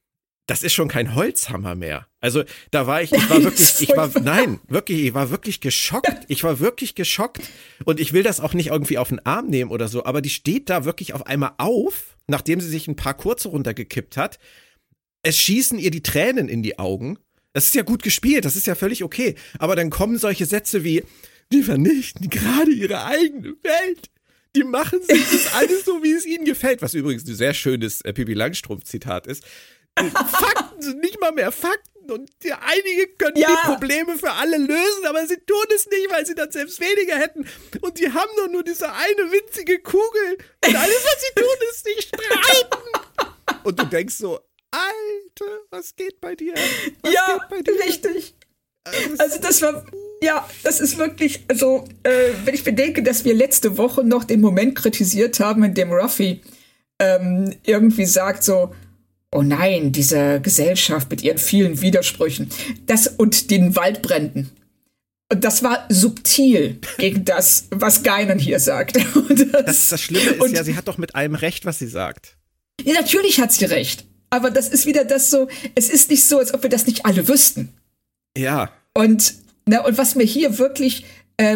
das ist schon kein Holzhammer mehr. Also da war ich war wirklich geschockt. Ich war wirklich geschockt und ich will das auch nicht irgendwie auf den Arm nehmen oder so, aber die steht da wirklich auf einmal auf, nachdem sie sich ein paar kurze runtergekippt hat. Es schießen ihr die Tränen in die Augen. Das ist ja gut gespielt, das ist ja völlig okay. Aber dann kommen solche Sätze wie, die vernichten gerade ihre eigene Welt. Die machen sich das alles so, wie es ihnen gefällt. Was übrigens ein sehr schönes Pippi Langstrumpf-Zitat ist. Fakten sind nicht mal mehr Fakten und einige können die Probleme für alle lösen, aber sie tun es nicht, weil sie dann selbst weniger hätten und die haben doch nur diese eine winzige Kugel und alles, was sie tun, ist sich streiten. Und du denkst so, Alter, was geht bei dir? Was geht bei dir? Richtig. Also das ist wirklich, also wenn ich bedenke, dass wir letzte Woche noch den Moment kritisiert haben, in dem Ruffy irgendwie sagt so, oh nein, diese Gesellschaft mit ihren vielen Widersprüchen. Das und den Waldbränden. Und das war subtil gegen das, was Geinen hier sagt. Das Schlimme ist ja, sie hat doch mit allem recht, was sie sagt. Ja, natürlich hat sie recht. Aber das ist wieder das so, es ist nicht so, als ob wir das nicht alle wüssten. Ja. Und was mir hier wirklich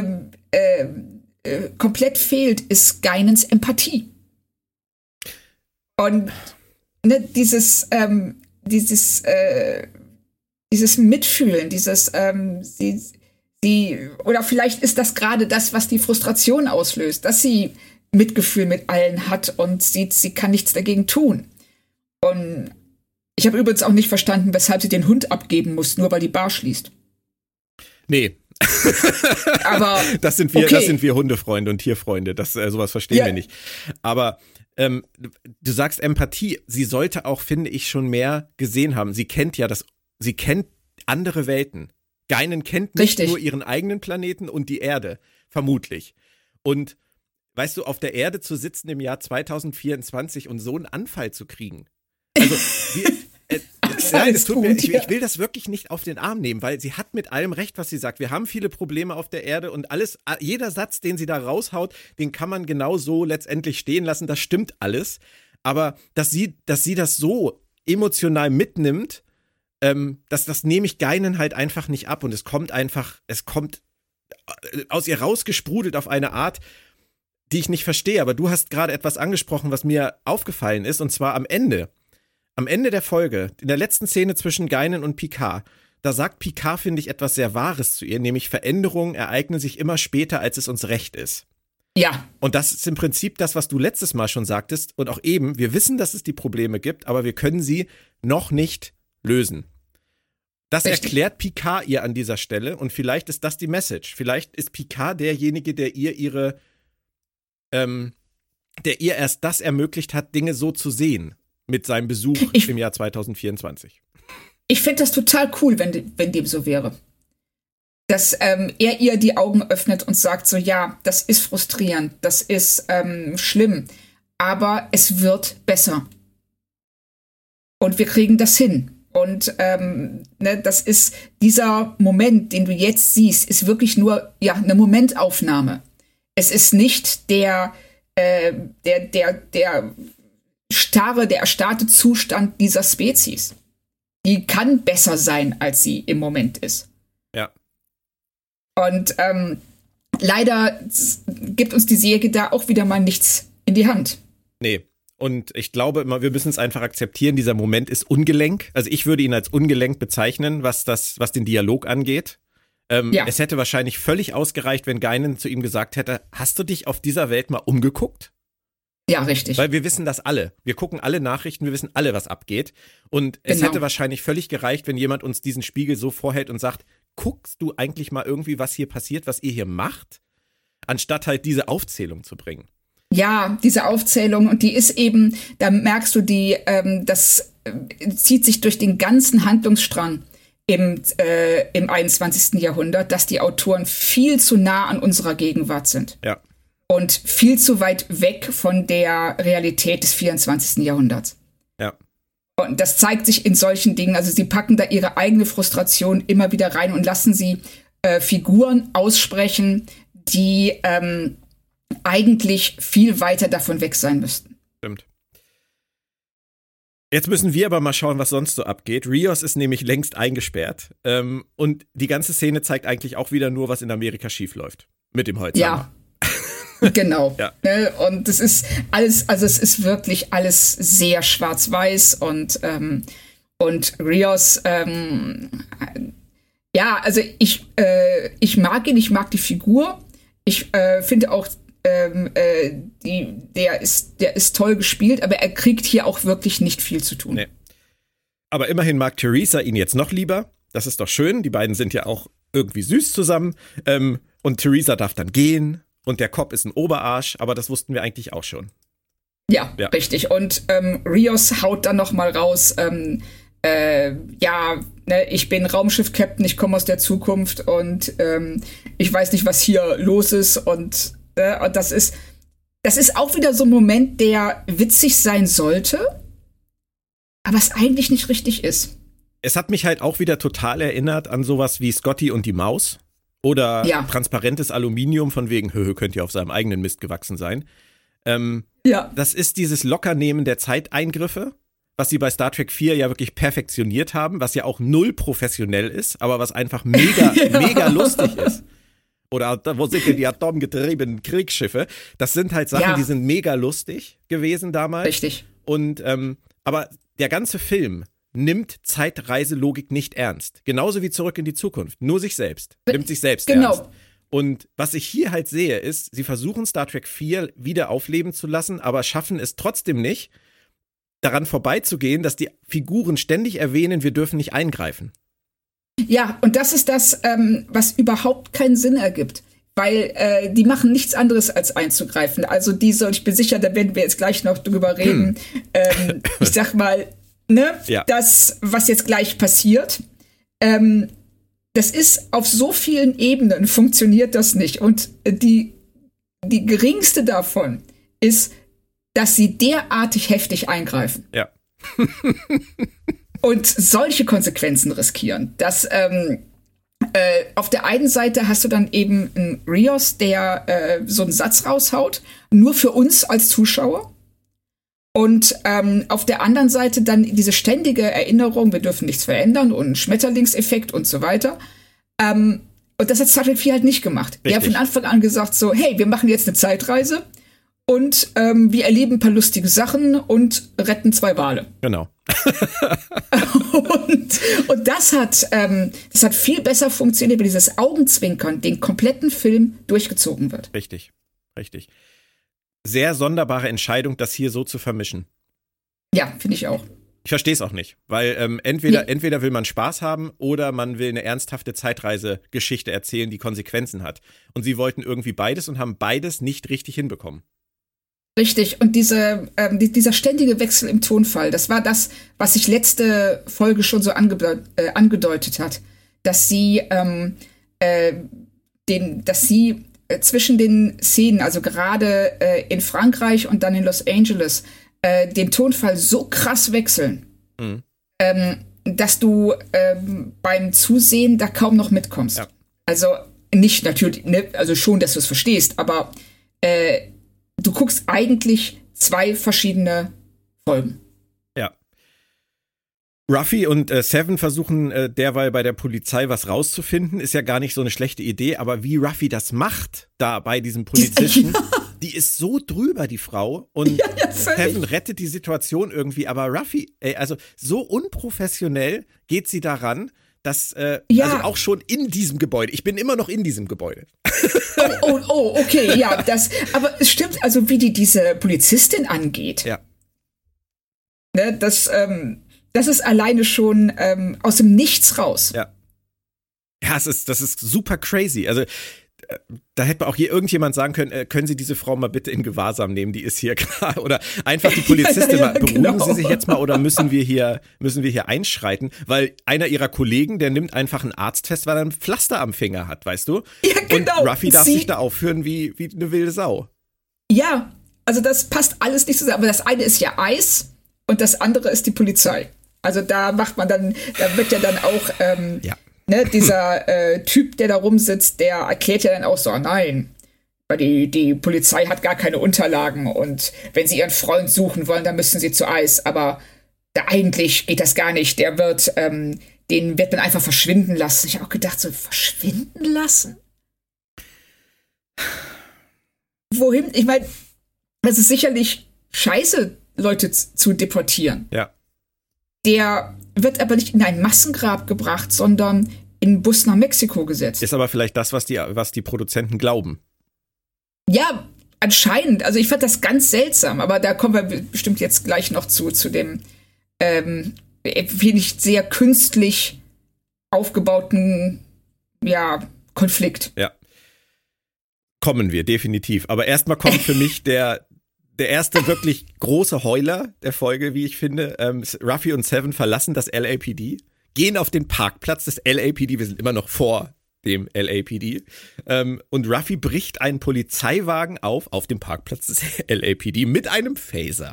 komplett fehlt, ist Geinens Empathie. Und dieses Mitfühlen, oder vielleicht ist das gerade das, was die Frustration auslöst, dass sie Mitgefühl mit allen hat und sie kann nichts dagegen tun. Und ich habe übrigens auch nicht verstanden, weshalb sie den Hund abgeben muss, nur weil die Bar schließt. Nee. Aber das sind wir Hundefreunde und Tierfreunde. Sowas verstehen wir nicht. Aber du sagst Empathie. Sie sollte auch, finde ich, schon mehr gesehen haben. Sie kennt andere Welten. Geinen kennt nicht nur ihren eigenen Planeten und die Erde. Vermutlich. Und weißt du, auf der Erde zu sitzen im Jahr 2024 und so einen Anfall zu kriegen. Also, nein, es tut mir, ich will das wirklich nicht auf den Arm nehmen, weil sie hat mit allem recht, was sie sagt. Wir haben viele Probleme auf der Erde und jeder Satz, den sie da raushaut, den kann man genau so letztendlich stehen lassen. Das stimmt alles. Aber dass sie das so emotional mitnimmt, das nehme ich Geinen halt einfach nicht ab. Und es kommt aus ihr rausgesprudelt auf eine Art, die ich nicht verstehe. Aber du hast gerade etwas angesprochen, was mir aufgefallen ist, und zwar am Ende. Am Ende der Folge, in der letzten Szene zwischen Geinen und Picard, da sagt Picard, finde ich, etwas sehr Wahres zu ihr, nämlich Veränderungen ereignen sich immer später, als es uns recht ist. Ja. Und das ist im Prinzip das, was du letztes Mal schon sagtest und auch eben, wir wissen, dass es die Probleme gibt, aber wir können sie noch nicht lösen. Das erklärt Picard ihr an dieser Stelle und vielleicht ist das die Message. Vielleicht ist Picard derjenige, der ihr erst das ermöglicht hat, Dinge so zu sehen. Mit seinem Besuch im Jahr 2024. Ich fände das total cool, wenn dem so wäre. Dass er ihr die Augen öffnet und sagt so, ja, das ist frustrierend, das ist schlimm, aber es wird besser. Und wir kriegen das hin. Und das ist dieser Moment, den du jetzt siehst, ist wirklich nur eine Momentaufnahme. Es ist nicht der erstarrte Zustand dieser Spezies. Die kann besser sein, als sie im Moment ist. Ja. Und leider gibt uns die Serie da auch wieder mal nichts in die Hand. Nee. Und ich glaube, wir müssen es einfach akzeptieren, dieser Moment ist ungelenk. Also ich würde ihn als ungelenk bezeichnen, was den Dialog angeht. Es hätte wahrscheinlich völlig ausgereicht, wenn Geinen zu ihm gesagt hätte, hast du dich auf dieser Welt mal umgeguckt? Ja, richtig. Weil wir wissen das alle. Wir gucken alle Nachrichten, wir wissen alle, was abgeht. Und es hätte wahrscheinlich völlig gereicht, wenn jemand uns diesen Spiegel so vorhält und sagt, guckst du eigentlich mal irgendwie, was hier passiert, was ihr hier macht? Anstatt halt diese Aufzählung zu bringen. Ja, diese Aufzählung. Und die ist eben, da merkst du, das zieht sich durch den ganzen Handlungsstrang im 21. Jahrhundert, dass die Autoren viel zu nah an unserer Gegenwart sind. Ja. Und viel zu weit weg von der Realität des 24. Jahrhunderts. Ja. Und das zeigt sich in solchen Dingen. Also sie packen da ihre eigene Frustration immer wieder rein und lassen sie Figuren aussprechen, die eigentlich viel weiter davon weg sein müssten. Stimmt. Jetzt müssen wir aber mal schauen, was sonst so abgeht. Rios ist nämlich längst eingesperrt. Und die ganze Szene zeigt eigentlich auch wieder nur, was in Amerika schiefläuft. Mit dem Holzhammer. Ja, genau. Ja. Und es ist alles, also es ist wirklich alles sehr schwarz-weiß und Rios, ja, also ich mag ihn, ich mag die Figur. Ich finde auch, der ist toll gespielt, aber er kriegt hier auch wirklich nicht viel zu tun. Nee. Aber immerhin mag Theresa ihn jetzt noch lieber. Das ist doch schön. Die beiden sind ja auch irgendwie süß zusammen. Und Theresa darf dann gehen. Und der Cop ist ein Oberarsch. Aber das wussten wir eigentlich auch schon. Ja. Richtig. Und Rios haut dann noch mal raus, ich bin Raumschiff-Captain, ich komme aus der Zukunft und ich weiß nicht, was hier los ist. Und das ist auch wieder so ein Moment, der witzig sein sollte, aber es eigentlich nicht richtig ist. Es hat mich halt auch wieder total erinnert an sowas wie Scotty und die Maus oder transparentes Aluminium von wegen, könnt ihr auf seinem eigenen Mist gewachsen sein. Das ist dieses Lockernehmen der Zeiteingriffe, was sie bei Star Trek 4 ja wirklich perfektioniert haben, was ja auch null professionell ist, aber was einfach mega lustig ist. Oder wo sind denn die atomgetriebenen Kriegsschiffe? Das sind halt Sachen, die sind mega lustig gewesen damals. Richtig. Und aber der ganze Film nimmt Zeitreiselogik nicht ernst. Genauso wie Zurück in die Zukunft. Nur sich selbst. Nimmt sich selbst ernst. Und was ich hier halt sehe, ist, sie versuchen Star Trek 4 wieder aufleben zu lassen, aber schaffen es trotzdem nicht, daran vorbeizugehen, dass die Figuren ständig erwähnen, wir dürfen nicht eingreifen. Ja, und das ist das, was überhaupt keinen Sinn ergibt. Weil die machen nichts anderes als einzugreifen. Also ich bin sicher, da werden wir jetzt gleich noch drüber reden. Ich sag mal, das, was jetzt gleich passiert, das ist auf so vielen Ebenen funktioniert das nicht. Und die geringste davon ist, dass sie derartig heftig eingreifen. Ja. Und solche Konsequenzen riskieren. Dass auf der einen Seite hast du dann eben einen Rios, der so einen Satz raushaut, nur für uns als Zuschauer. Und auf der anderen Seite dann diese ständige Erinnerung, wir dürfen nichts verändern und Schmetterlingseffekt und so weiter. Und das hat Star Trek 4 halt nicht gemacht. Richtig. Die haben von Anfang an gesagt so, hey, wir machen jetzt eine Zeitreise und wir erleben ein paar lustige Sachen und retten 2 Wale. Genau. und das hat viel besser funktioniert, weil dieses Augenzwinkern den kompletten Film durchgezogen wird. Richtig. Sehr sonderbare Entscheidung, das hier so zu vermischen. Ja, finde ich auch. Ich verstehe es auch nicht, weil entweder will man Spaß haben oder man will eine ernsthafte Zeitreisegeschichte erzählen, die Konsequenzen hat. Und sie wollten irgendwie beides und haben beides nicht richtig hinbekommen. Richtig, und dieser ständige Wechsel im Tonfall, das war das, was sich letzte Folge schon so angedeutet hat, dass sie zwischen den Szenen, also gerade in Frankreich und dann in Los Angeles, den Tonfall so krass wechseln, dass du beim Zusehen da kaum noch mitkommst. Ja. Also nicht natürlich, also schon, dass du es verstehst, aber du guckst eigentlich 2 verschiedene Folgen. Ja. Ruffy und Seven versuchen derweil bei der Polizei was rauszufinden. Ist ja gar nicht so eine schlechte Idee, aber wie Ruffy das macht, da bei diesem Polizisten, die ist so drüber, die Frau. Und Seven rettet die Situation irgendwie, aber Ruffy, also so unprofessionell geht sie daran, dass, also auch schon in diesem Gebäude. Ich bin immer noch in diesem Gebäude. Oh, okay, ja, aber es stimmt, also wie die diese Polizistin angeht. Ja. Ne, das ist alleine schon aus dem Nichts raus. Ja. Ja, das ist super crazy. Also, da hätte auch hier irgendjemand sagen können Sie diese Frau mal bitte in Gewahrsam nehmen, die ist hier klar. Oder einfach die Polizistin mal, beruhigen Sie sich jetzt mal oder müssen wir hier einschreiten? Weil einer ihrer Kollegen, der nimmt einfach einen Arzttest, weil er ein Pflaster am Finger hat, weißt du? Ja, genau. Und Ruffy darf sich da aufführen wie eine wilde Sau. Ja, also das passt alles nicht zusammen. Aber das eine ist ja Eis und das andere ist die Polizei. Also da wird ja dann auch ne, dieser Typ, der da rumsitzt, der erklärt ja dann auch so, nein, weil die Polizei hat gar keine Unterlagen und wenn sie ihren Freund suchen wollen, dann müssen sie zu Eis. Aber eigentlich geht das gar nicht. Den wird man einfach verschwinden lassen. Ich habe auch gedacht, so verschwinden lassen? Wohin? Ich meine, das ist sicherlich scheiße, Leute zu deportieren. Ja. Der wird aber nicht in ein Massengrab gebracht, sondern in einen Bus nach Mexiko gesetzt. Ist aber vielleicht das, was die Produzenten glauben. Ja, anscheinend. Also ich fand das ganz seltsam, aber da kommen wir bestimmt jetzt gleich noch zu dem wenig sehr künstlich aufgebauten, Konflikt. Ja. Kommen wir, definitiv. Aber erstmal kommt für mich der erste wirklich große Heuler der Folge, wie ich finde. Ruffy und Seven verlassen das LAPD, gehen auf den Parkplatz des LAPD. Wir sind immer noch vor dem LAPD. Und Ruffy bricht einen Polizeiwagen auf dem Parkplatz des LAPD mit einem Phaser.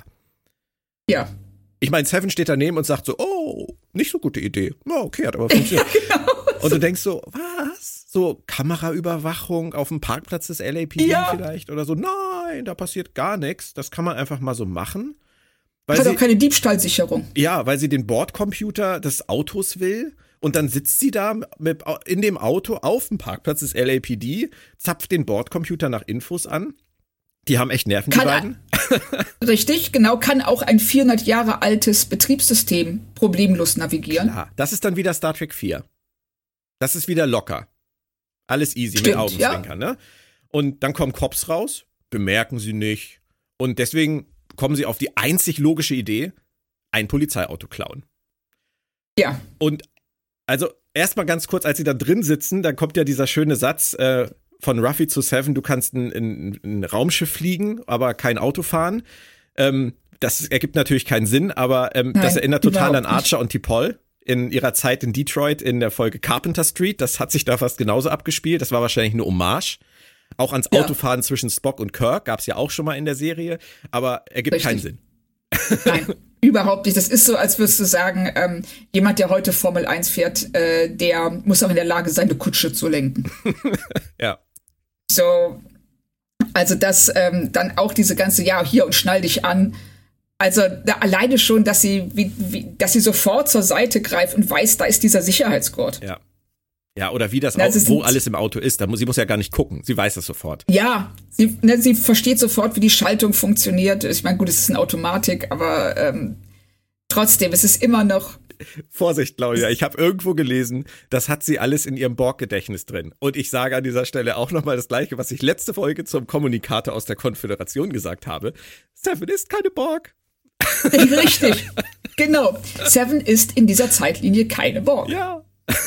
Ja. Ich meine, Seven steht daneben und sagt so, oh, nicht so gute Idee. Oh, okay, hat aber funktioniert. Ja, genau. Und du denkst so, was? So Kameraüberwachung auf dem Parkplatz des LAPD vielleicht oder so? Nein, da passiert gar nichts. Das kann man einfach mal so machen. Hat auch keine Diebstahlsicherung. Ja, weil sie den Bordcomputer des Autos will. Und dann sitzt sie da in dem Auto auf dem Parkplatz des LAPD, zapft den Bordcomputer nach Infos an. Die haben echt Nerven, die beiden. Richtig, genau. Kann auch ein 400 Jahre altes Betriebssystem problemlos navigieren. Klar, das ist dann wieder Star Trek 4. Das ist wieder locker. Alles easy. Stimmt, mit Augenzwinkern, ne? Und dann kommen Cops raus, bemerken sie nicht. Und deswegen kommen sie auf die einzig logische Idee, ein Polizeiauto klauen. Ja. Und also erstmal ganz kurz, als sie da drin sitzen, dann kommt ja dieser schöne Satz von Ruffy zu Seven, du kannst ein Raumschiff fliegen, aber kein Auto fahren. Das ergibt natürlich keinen Sinn, aber das erinnert total an Archer und T'Pol in ihrer Zeit in Detroit in der Folge Carpenter Street. Das hat sich da fast genauso abgespielt. Das war wahrscheinlich eine Hommage. Auch ans Autofahren zwischen Spock und Kirk gab es ja auch schon mal in der Serie, aber ergibt keinen Sinn. Nein, überhaupt nicht. Das ist so, als würdest du sagen, jemand, der heute Formel 1 fährt, der muss auch in der Lage sein, eine Kutsche zu lenken. Ja. So, also das dann auch diese ganze, hier und schnall dich an. Also alleine schon, dass sie dass sie sofort zur Seite greift und weiß, da ist dieser Sicherheitsgurt. Ja. Ja, oder wie das wo alles im Auto ist. Sie muss ja gar nicht gucken. Sie weiß das sofort. Ja, sie versteht sofort, wie die Schaltung funktioniert. Ich meine, gut, es ist eine Automatik, aber trotzdem, es ist immer noch. Vorsicht, Claudia, ich habe irgendwo gelesen, das hat sie alles in ihrem Borg-Gedächtnis drin. Und ich sage an dieser Stelle auch nochmal das Gleiche, was ich letzte Folge zum Kommunikator aus der Konföderation gesagt habe. Seven ist keine Borg. Richtig, genau. Seven ist in dieser Zeitlinie keine Borg. Ja.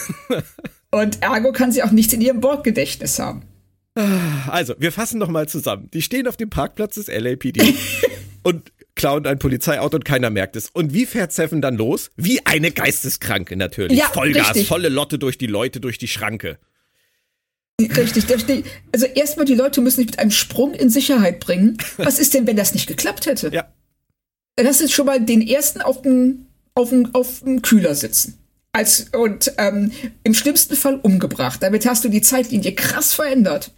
Und ergo kann sie auch nichts in ihrem Borg-Gedächtnis haben. Also, wir fassen nochmal zusammen. Die stehen auf dem Parkplatz des LAPD und klauen ein Polizeiauto und keiner merkt es. Und wie fährt Seven dann los? Wie eine Geisteskranke natürlich. Ja, Vollgas, richtig. Volle Lotte durch die Leute, durch die Schranke. Richtig. Also erstmal, die Leute müssen sich mit einem Sprung in Sicherheit bringen. Was ist denn, wenn das nicht geklappt hätte? Ja. Dann hast du jetzt schon mal den ersten auf dem Kühler sitzen. Und im schlimmsten Fall umgebracht. Damit hast du die Zeitlinie krass verändert.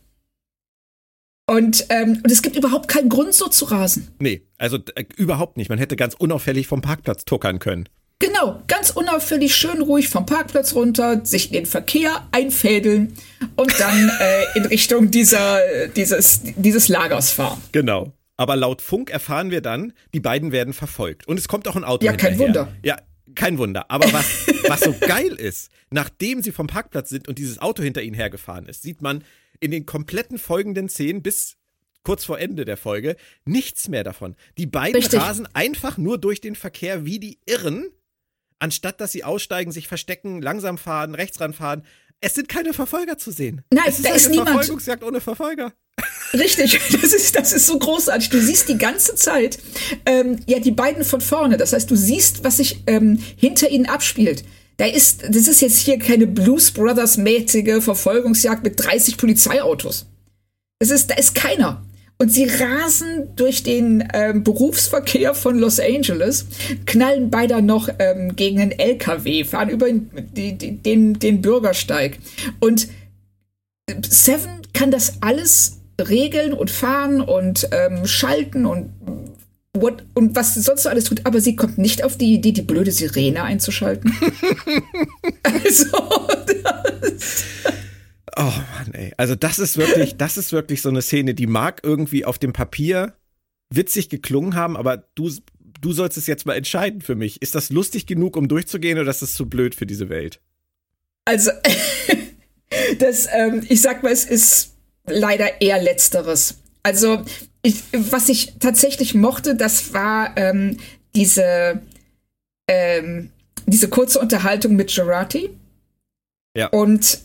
Und es gibt überhaupt keinen Grund, so zu rasen. Nee, also überhaupt nicht. Man hätte ganz unauffällig vom Parkplatz tuckern können. Genau, ganz unauffällig, schön ruhig vom Parkplatz runter, sich in den Verkehr einfädeln und dann in Richtung dieses Lagers fahren. Genau. Aber laut Funk erfahren wir dann, die beiden werden verfolgt. Und es kommt auch ein Auto hinterher. Ja, kein Wunder. Ja, kein Wunder. Aber was so geil ist, nachdem sie vom Parkplatz sind und dieses Auto hinter ihnen hergefahren ist, sieht man in den kompletten folgenden Szenen bis kurz vor Ende der Folge nichts mehr davon. Die beiden rasen einfach nur durch den Verkehr wie die Irren, anstatt dass sie aussteigen, sich verstecken, langsam fahren, rechts ranfahren. Es sind keine Verfolger zu sehen. Nein, da ist niemand. Verfolgungsjagd ohne Verfolger. Richtig, das ist so großartig. Du siehst die ganze Zeit die beiden von vorne. Das heißt, du siehst, was sich hinter ihnen abspielt. Das ist jetzt hier keine Blues Brothers-mäßige Verfolgungsjagd mit 30 Polizeiautos. Da ist keiner. Und sie rasen durch den Berufsverkehr von Los Angeles, knallen beide noch gegen einen LKW, fahren über den Bürgersteig. Und Seven kann das alles regeln und fahren und schalten und und was sie sonst so alles tut, aber sie kommt nicht auf die Idee, die blöde Sirene einzuschalten. Also, oh Mann, ey. Also das ist wirklich so eine Szene, die mag irgendwie auf dem Papier witzig geklungen haben, aber du sollst es jetzt mal entscheiden für mich. Ist das lustig genug, um durchzugehen, oder ist das zu blöd für diese Welt? Also, ich sag mal, es ist leider eher Letzteres. Also, was ich tatsächlich mochte, das war diese kurze Unterhaltung mit Jurati. Ja. Und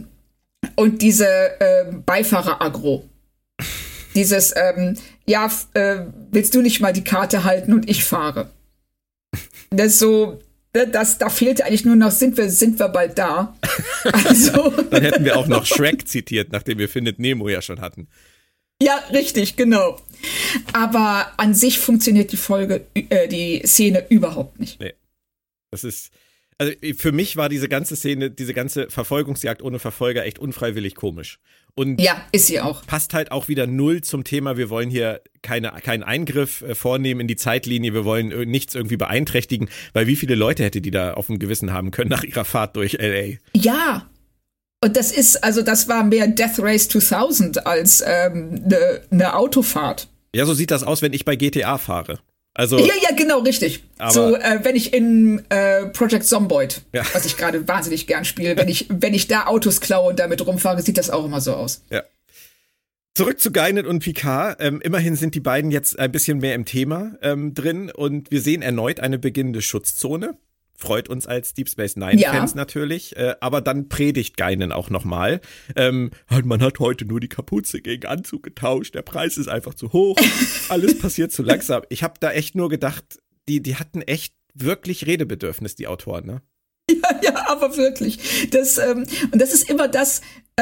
diese Beifahrer-Agro. Dieses, willst du nicht mal die Karte halten und ich fahre? Das ist so, da fehlte eigentlich nur noch, sind wir bald da. Also. Dann hätten wir auch noch Shrek zitiert, nachdem wir Findet Nemo ja schon hatten. Ja, richtig, genau. Aber an sich funktioniert die Szene überhaupt nicht. Nee. Das ist, also für mich war diese ganze Szene, diese ganze Verfolgungsjagd ohne Verfolger echt unfreiwillig komisch. Und ja, ist sie auch. Passt halt auch wieder null zum Thema, wir wollen hier keinen Eingriff vornehmen in die Zeitlinie, wir wollen nichts irgendwie beeinträchtigen, weil wie viele Leute hätte die da auf dem Gewissen haben können nach ihrer Fahrt durch L.A.? Ja. Und das war mehr Death Race 2000 als eine Autofahrt. Ja, so sieht das aus, wenn ich bei GTA fahre. Also, ja, genau, richtig. So, wenn ich in Project Zomboid, ja, was ich gerade wahnsinnig gern spiele, wenn ich da Autos klaue und damit rumfahre, sieht das auch immer so aus. Ja. Zurück zu Guinan und Picard. Immerhin sind die beiden jetzt ein bisschen mehr im Thema drin und wir sehen erneut eine beginnende Schutzzone. Freut uns als Deep Space Nine-Fans natürlich, aber dann predigt Guinan auch nochmal. Man hat heute nur die Kapuze gegen Anzug getauscht, der Preis ist einfach zu hoch, alles passiert zu langsam. Ich habe da echt nur gedacht, die hatten echt wirklich Redebedürfnis, die Autoren, ne? Ja, aber wirklich. Und das ist immer das,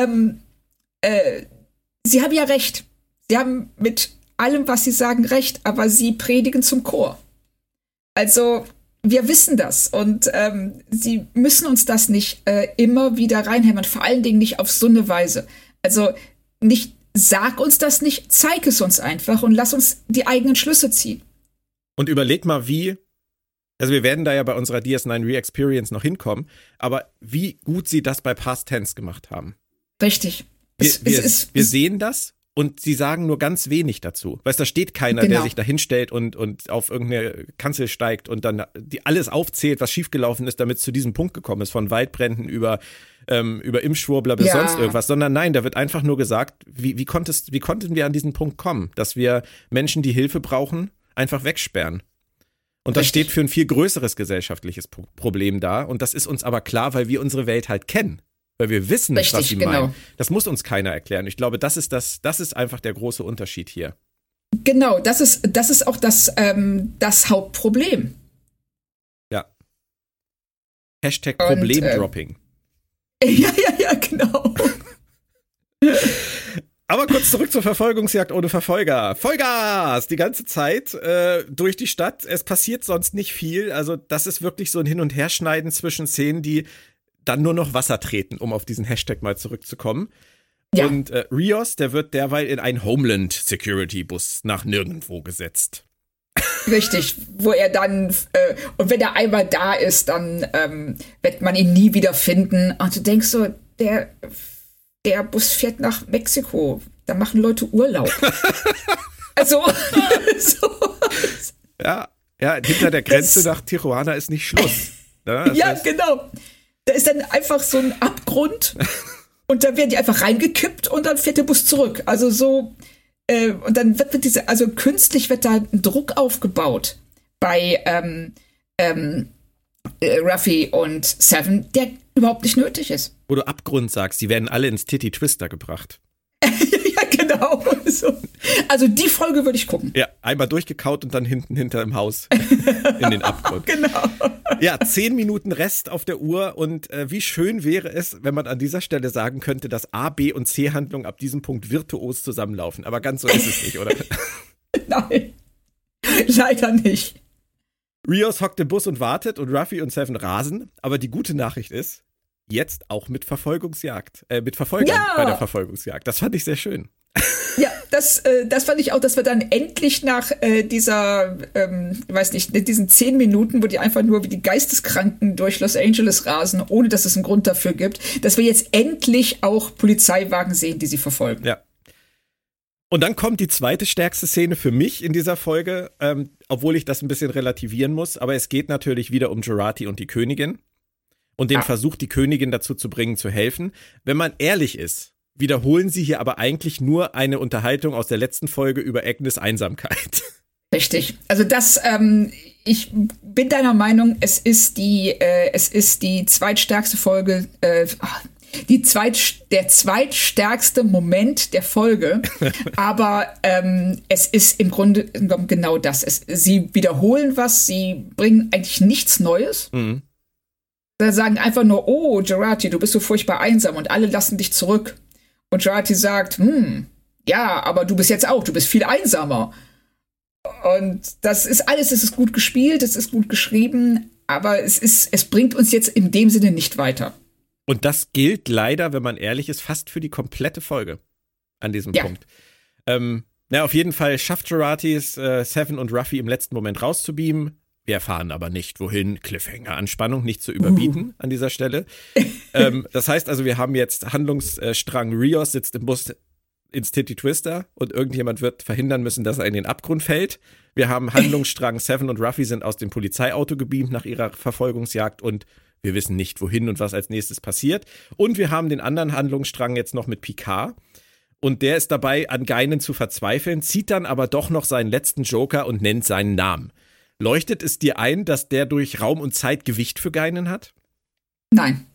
sie haben ja recht. Sie haben mit allem, was sie sagen, recht, aber sie predigen zum Chor. Also wir wissen das und sie müssen uns das nicht immer wieder reinhämmern, vor allen Dingen nicht auf so eine Weise. Also nicht, sag uns das nicht, zeig es uns einfach und lass uns die eigenen Schlüsse ziehen. Und überleg mal, also wir werden da ja bei unserer DS9 Re-Experience noch hinkommen, aber wie gut sie das bei Past Tense gemacht haben. Richtig. Wir sehen das. Und sie sagen nur ganz wenig dazu. Weißt du, da steht keiner, der sich da hinstellt und auf irgendeine Kanzel steigt und dann alles aufzählt, was schiefgelaufen ist, damit es zu diesem Punkt gekommen ist, von Waldbränden über Impfschwurbler bis sonst irgendwas. Sondern nein, da wird einfach nur gesagt, wie konnten wir an diesen Punkt kommen, dass wir Menschen, die Hilfe brauchen, einfach wegsperren. Und das steht für ein viel größeres gesellschaftliches Problem da. Und das ist uns aber klar, weil wir unsere Welt halt kennen. Weil wir wissen, was sie meinen. Das muss uns keiner erklären. Ich glaube, das ist einfach der große Unterschied hier. Genau, das ist auch das Hauptproblem. Ja. Hashtag Problemdropping. Ja, genau. Aber kurz zurück zur Verfolgungsjagd ohne Verfolger. Vollgas! Die ganze Zeit durch die Stadt. Es passiert sonst nicht viel. Also das ist wirklich so ein Hin- und Herschneiden zwischen Szenen, die dann nur noch Wasser treten, um auf diesen Hashtag mal zurückzukommen. Ja. Und Rios, der wird derweil in einen Homeland-Security-Bus nach nirgendwo gesetzt. Richtig, wo er dann, und wenn er einmal da ist, dann wird man ihn nie wieder finden. Und du denkst so, der Bus fährt nach Mexiko, da machen Leute Urlaub. Also, so. Ja, hinter der Grenze nach Tijuana ist nicht Schluss. Ja, genau. Da ist dann einfach so ein Abgrund und da werden die einfach reingekippt und dann fährt der Bus zurück. Also so, und dann wird künstlich wird da ein Druck aufgebaut bei Ruffy und Seven, der überhaupt nicht nötig ist. Wo du Abgrund sagst, die werden alle ins Titty Twister gebracht. Ja, genau. Also die Folge würde ich gucken. Ja, einmal durchgekaut und dann hinter im Haus in den Abgrund. Genau. Ja, 10 Minuten Rest auf der Uhr und wie schön wäre es, wenn man an dieser Stelle sagen könnte, dass A, B und C-Handlungen ab diesem Punkt virtuos zusammenlaufen. Aber ganz so ist es nicht, oder? Nein, leider nicht. Rios hockt im Bus und wartet und Ruffy und Seven rasen. Aber die gute Nachricht ist, jetzt auch mit Verfolgungsjagd. Mit Verfolgern bei der Verfolgungsjagd. Das fand ich sehr schön. Ja, das fand ich auch, dass wir dann endlich nach dieser, weiß nicht, diesen 10 Minuten, wo die einfach nur wie die Geisteskranken durch Los Angeles rasen, ohne dass es einen Grund dafür gibt, dass wir jetzt endlich auch Polizeiwagen sehen, die sie verfolgen. Ja. Und dann kommt die zweite stärkste Szene für mich in dieser Folge, obwohl ich das ein bisschen relativieren muss, aber es geht natürlich wieder um Jurati und die Königin und den Versuch, die Königin dazu zu bringen, zu helfen. Wenn man ehrlich ist, wiederholen sie hier aber eigentlich nur eine Unterhaltung aus der letzten Folge über Agnes' Einsamkeit. Richtig. Also ich bin deiner Meinung, es ist die zweitstärkste Folge, der zweitstärkste Moment der Folge, aber es ist im Grunde genau das. Sie wiederholen was, sie bringen eigentlich nichts Neues. Mhm. Sie sagen einfach nur, oh, Jurati, du bist so furchtbar einsam und alle lassen dich zurück. Und Jurati sagt, ja, aber du bist viel einsamer. Und das ist alles, es ist gut gespielt, es ist gut geschrieben, aber es bringt uns jetzt in dem Sinne nicht weiter. Und das gilt leider, wenn man ehrlich ist, fast für die komplette Folge an diesem Punkt. Auf jeden Fall schafft Jurati es, Seven und Ruffy im letzten Moment rauszubeamen. Wir erfahren aber nicht, wohin. Cliffhanger-Anspannung nicht zu überbieten an dieser Stelle. Das heißt also, wir haben jetzt Handlungsstrang Rios sitzt im Bus ins Titty Twister und irgendjemand wird verhindern müssen, dass er in den Abgrund fällt. Wir haben Handlungsstrang Seven und Ruffy sind aus dem Polizeiauto gebeamt nach ihrer Verfolgungsjagd und wir wissen nicht, wohin und was als nächstes passiert. Und wir haben den anderen Handlungsstrang jetzt noch mit Picard. Und der ist dabei, an Guinan zu verzweifeln, zieht dann aber doch noch seinen letzten Joker und nennt seinen Namen. Leuchtet es dir ein, dass der durch Raum und Zeit Gewicht für Guinan hat? Nein.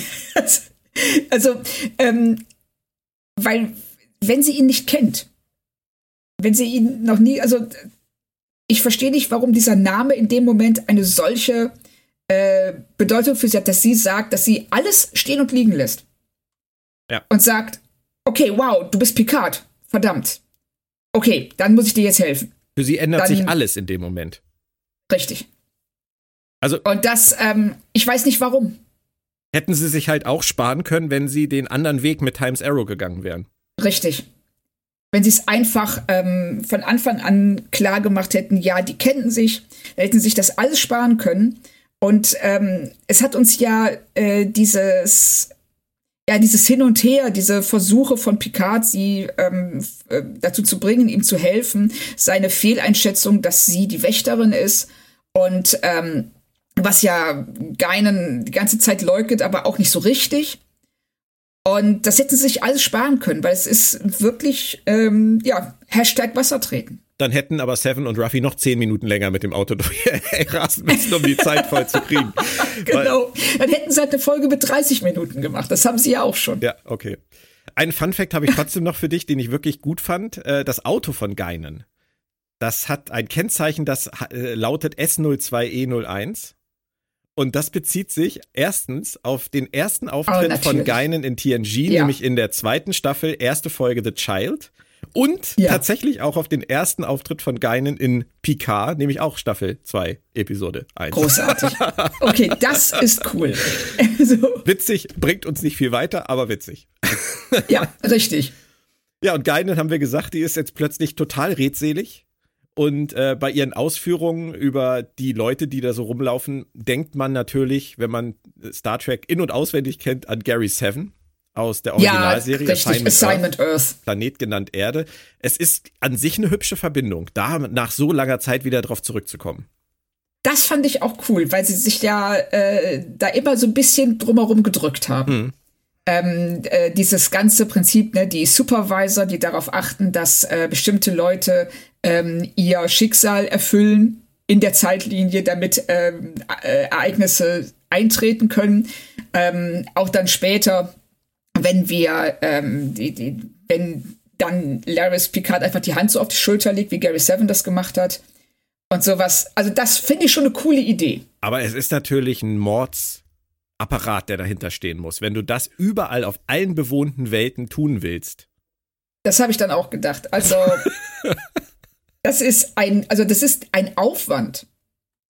Weil, wenn sie ihn nicht kennt, wenn sie ihn noch nie, also ich verstehe nicht, warum dieser Name in dem Moment eine solche Bedeutung für sie hat, dass sie sagt, dass sie alles stehen und liegen lässt. Ja. Und sagt, okay, wow, du bist Picard, verdammt. Okay, dann muss ich dir jetzt helfen. Für sie ändert sich alles in dem Moment. Richtig. Also, und das, ich weiß nicht warum. Hätten sie sich halt auch sparen können, wenn sie den anderen Weg mit Times Arrow gegangen wären. Richtig. Wenn sie es einfach von Anfang an klar gemacht hätten, ja, die kennen sich, hätten sich das alles sparen können. Und es hat uns ja dieses Hin und Her, diese Versuche von Picard, sie dazu zu bringen, ihm zu helfen, seine Fehleinschätzung, dass sie die Wächterin ist und was ja Guinan die ganze Zeit leugnet, aber auch nicht so richtig. Und das hätten sie sich alles sparen können, weil es ist wirklich, Hashtag Wasser treten. Dann hätten aber Seven und Ruffy noch 10 Minuten länger mit dem Auto durchrasen müssen, um die Zeit voll zu kriegen. Genau. Dann hätten sie halt eine Folge mit 30 Minuten gemacht. Das haben sie ja auch schon. Ja, okay. Einen Funfact habe ich trotzdem noch für dich, den ich wirklich gut fand. Das Auto von Guinan, das hat ein Kennzeichen, das lautet S02E01. Und das bezieht sich erstens auf den ersten Auftritt von Guinan in TNG, nämlich in der 2. Staffel, 1. Folge The Child. Und tatsächlich auch auf den ersten Auftritt von Guinan in Picard, nämlich auch Staffel 2, Episode 1. Großartig. Okay, das ist cool. Witzig, bringt uns nicht viel weiter, aber witzig. Ja, richtig. Ja, und Guinan, haben wir gesagt, die ist jetzt plötzlich total redselig. Und bei ihren Ausführungen über die Leute, die da so rumlaufen, denkt man natürlich, wenn man Star Trek in- und auswendig kennt, an Gary Seven aus der Originalserie. Ja, richtig, Assignment Earth. Planet genannt Erde. Es ist an sich eine hübsche Verbindung, da nach so langer Zeit wieder drauf zurückzukommen. Das fand ich auch cool, weil sie sich ja da immer so ein bisschen drumherum gedrückt haben. Dieses ganze Prinzip, ne, die Supervisor, die darauf achten, dass bestimmte Leute ihr Schicksal erfüllen in der Zeitlinie, damit Ereignisse eintreten können. Auch dann später, wenn wir wenn dann Laris Picard einfach die Hand so auf die Schulter legt, wie Gary Seven das gemacht hat und sowas. Also das finde ich schon eine coole Idee. Aber es ist natürlich ein Mordsapparat, der dahinter stehen muss. Wenn du das überall auf allen bewohnten Welten tun willst. Das habe ich dann auch gedacht. Also das ist ein Aufwand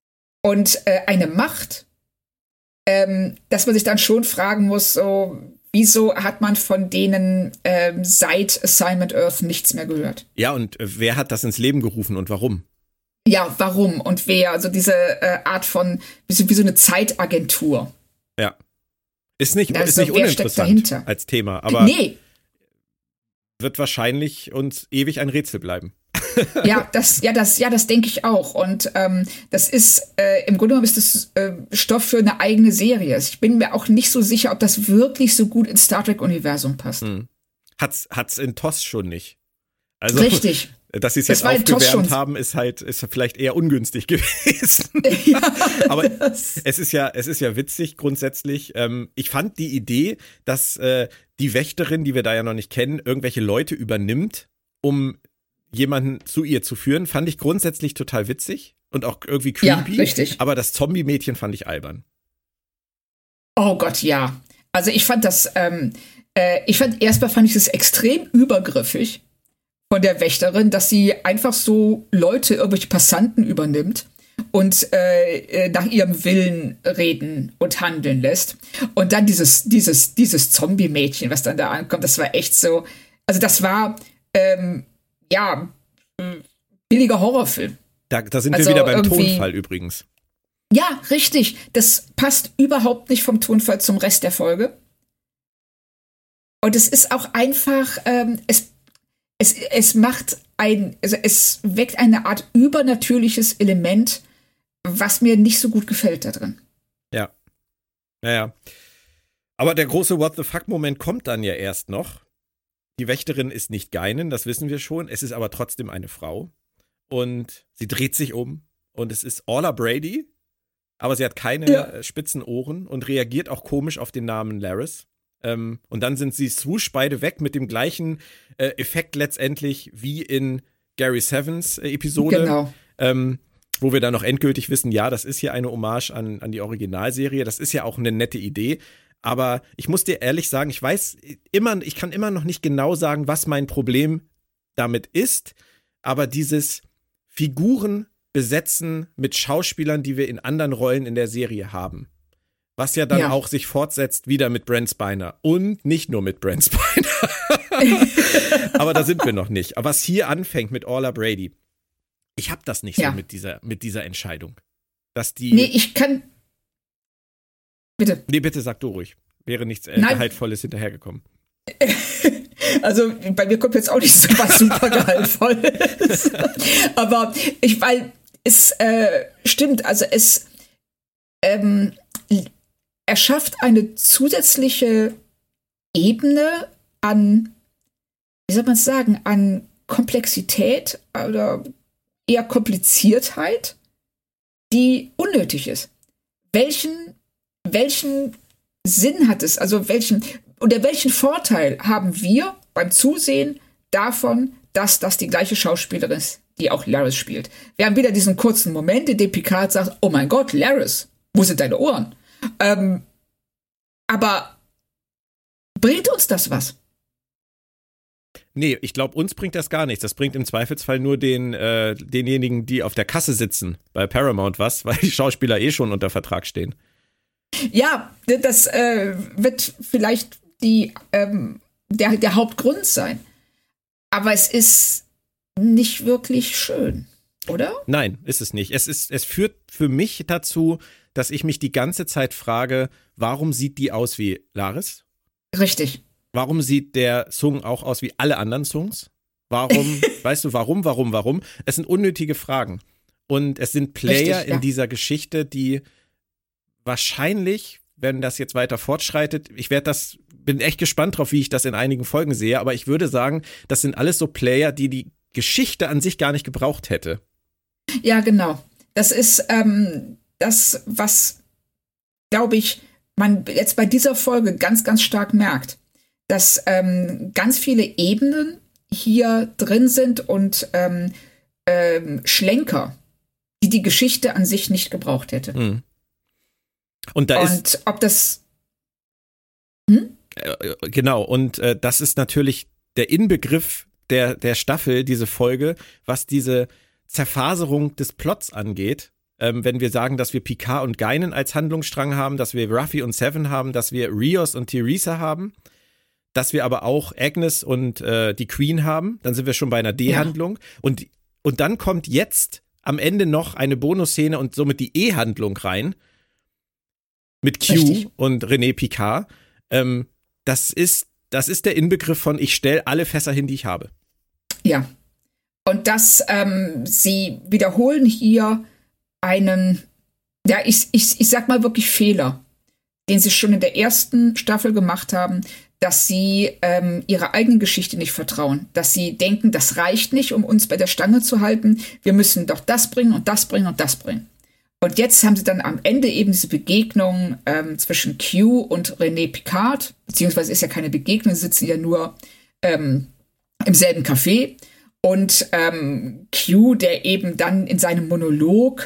und eine Macht, dass man sich dann schon fragen muss, so, wieso hat man von denen seit Assignment Earth nichts mehr gehört? Ja, und wer hat das ins Leben gerufen und warum? Ja, warum und wer? Also diese Art von, wie so eine Zeitagentur. Ja. Ist nicht wer steckt uninteressant dahinter? als Thema, aber Nee, wird wahrscheinlich uns ewig ein Rätsel bleiben. das denke ich auch. Und das ist, im Grunde genommen ist das Stoff für eine eigene Serie. Ich bin mir auch nicht so sicher, ob das wirklich so gut ins Star Trek-Universum passt. Hat's in TOS schon nicht. Also, Richtig. Dass sie es jetzt aufgewärmt haben, ist vielleicht eher ungünstig gewesen. Ja, aber es ist ja witzig grundsätzlich. Ich fand die Idee, dass die Wächterin, die wir da ja noch nicht kennen, irgendwelche Leute übernimmt, um jemanden zu ihr zu führen, fand ich grundsätzlich total witzig und auch irgendwie creepy. Ja, richtig. Aber das Zombie-Mädchen fand ich albern. Oh Gott, ja. Also ich fand das, erstmal fand ich es extrem übergriffig von der Wächterin, dass sie einfach so Leute, irgendwelche Passanten übernimmt und nach ihrem Willen reden und handeln lässt. Und dann dieses Zombie-Mädchen, was dann da ankommt, das war echt so, also das war, billiger Horrorfilm. Da sind wir wieder beim Tonfall übrigens. Ja, richtig. Das passt überhaupt nicht vom Tonfall zum Rest der Folge. Und es ist auch einfach, es weckt eine Art übernatürliches Element, was mir nicht so gut gefällt da drin. Ja. Naja. Aber der große What the fuck-Moment kommt dann ja erst noch. Die Wächterin ist nicht Guinan, das wissen wir schon. Es ist aber trotzdem eine Frau. Und sie dreht sich um. Und es ist Orla Brady. Aber sie hat keine spitzen Ohren und reagiert auch komisch auf den Namen Laris. Und dann sind sie swoosh beide weg mit dem gleichen Effekt letztendlich wie in Gary Sevens Episode. Genau. Wo wir dann noch endgültig wissen, ja, das ist hier eine Hommage an die Originalserie. Das ist ja auch eine nette Idee. Aber ich muss dir ehrlich sagen, ich kann immer noch nicht genau sagen, was mein Problem damit ist. Aber dieses Figuren besetzen mit Schauspielern, die wir in anderen Rollen in der Serie haben. Was ja dann auch sich fortsetzt wieder mit Brent Spiner. Und nicht nur mit Brent Spiner. Aber da sind wir noch nicht. Aber was hier anfängt mit Orla Brady, ich habe das nicht so mit dieser Entscheidung. Dass die. Nee, ich kann. Bitte. Nee, bitte sag du ruhig. Wäre nichts Gehaltvolles hinterhergekommen. Also bei mir kommt jetzt auch nicht so was super Gehaltvolles. Aber es stimmt, also es erschafft eine zusätzliche Ebene an, wie soll man es sagen, an Komplexität oder eher Kompliziertheit, die unnötig ist. Welchen Sinn hat es, also welchen Vorteil haben wir beim Zusehen davon, dass das die gleiche Schauspielerin ist, die auch Laris spielt? Wir haben wieder diesen kurzen Moment, in dem Picard sagt, oh mein Gott, Laris, wo sind deine Ohren? Aber bringt uns das was? Nee, ich glaube, uns bringt das gar nichts. Das bringt im Zweifelsfall nur denjenigen, die auf der Kasse sitzen bei Paramount was, weil die Schauspieler schon unter Vertrag stehen. Ja, das wird vielleicht der Hauptgrund sein. Aber es ist nicht wirklich schön, oder? Nein, ist es nicht. Es führt für mich dazu, dass ich mich die ganze Zeit frage, warum sieht die aus wie Laris? Richtig. Warum sieht der Sung auch aus wie alle anderen Sungs? Warum, weißt du, warum? Es sind unnötige Fragen. Und es sind Player in dieser Geschichte, die wahrscheinlich, wenn das jetzt weiter fortschreitet, bin echt gespannt drauf, wie ich das in einigen Folgen sehe, aber ich würde sagen, das sind alles so Player, die Geschichte an sich gar nicht gebraucht hätte. Ja, genau. Das ist das, was, glaube ich, man jetzt bei dieser Folge ganz, ganz stark merkt, dass ganz viele Ebenen hier drin sind und Schlenker, die Geschichte an sich nicht gebraucht hätte. Mhm. Und ob das Genau, und das ist natürlich der Inbegriff der Staffel, diese Folge, was diese Zerfaserung des Plots angeht. wenn wir sagen, dass wir Picard und Guinan als Handlungsstrang haben, dass wir Ruffy und Seven haben, dass wir Rios und Teresa haben, dass wir aber auch Agnes und die Queen haben, dann sind wir schon bei einer D-Handlung. Ja. Und dann kommt jetzt am Ende noch eine Bonusszene und somit die E-Handlung rein mit Q Richtig. Und René Picard. Das ist der Inbegriff von ich stelle alle Fässer hin, die ich habe. Ja. Und sie wiederholen hier einen, ja, ich sag mal wirklich Fehler, den sie schon in der ersten Staffel gemacht haben, dass sie ihrer eigenen Geschichte nicht vertrauen. Dass sie denken, das reicht nicht, um uns bei der Stange zu halten. Wir müssen doch das bringen und das bringen und das bringen. Und jetzt haben sie dann am Ende eben diese Begegnung zwischen Q und René Picard. Beziehungsweise ist ja keine Begegnung, sie sitzen ja nur im selben Café. Und Q, der eben dann in seinem Monolog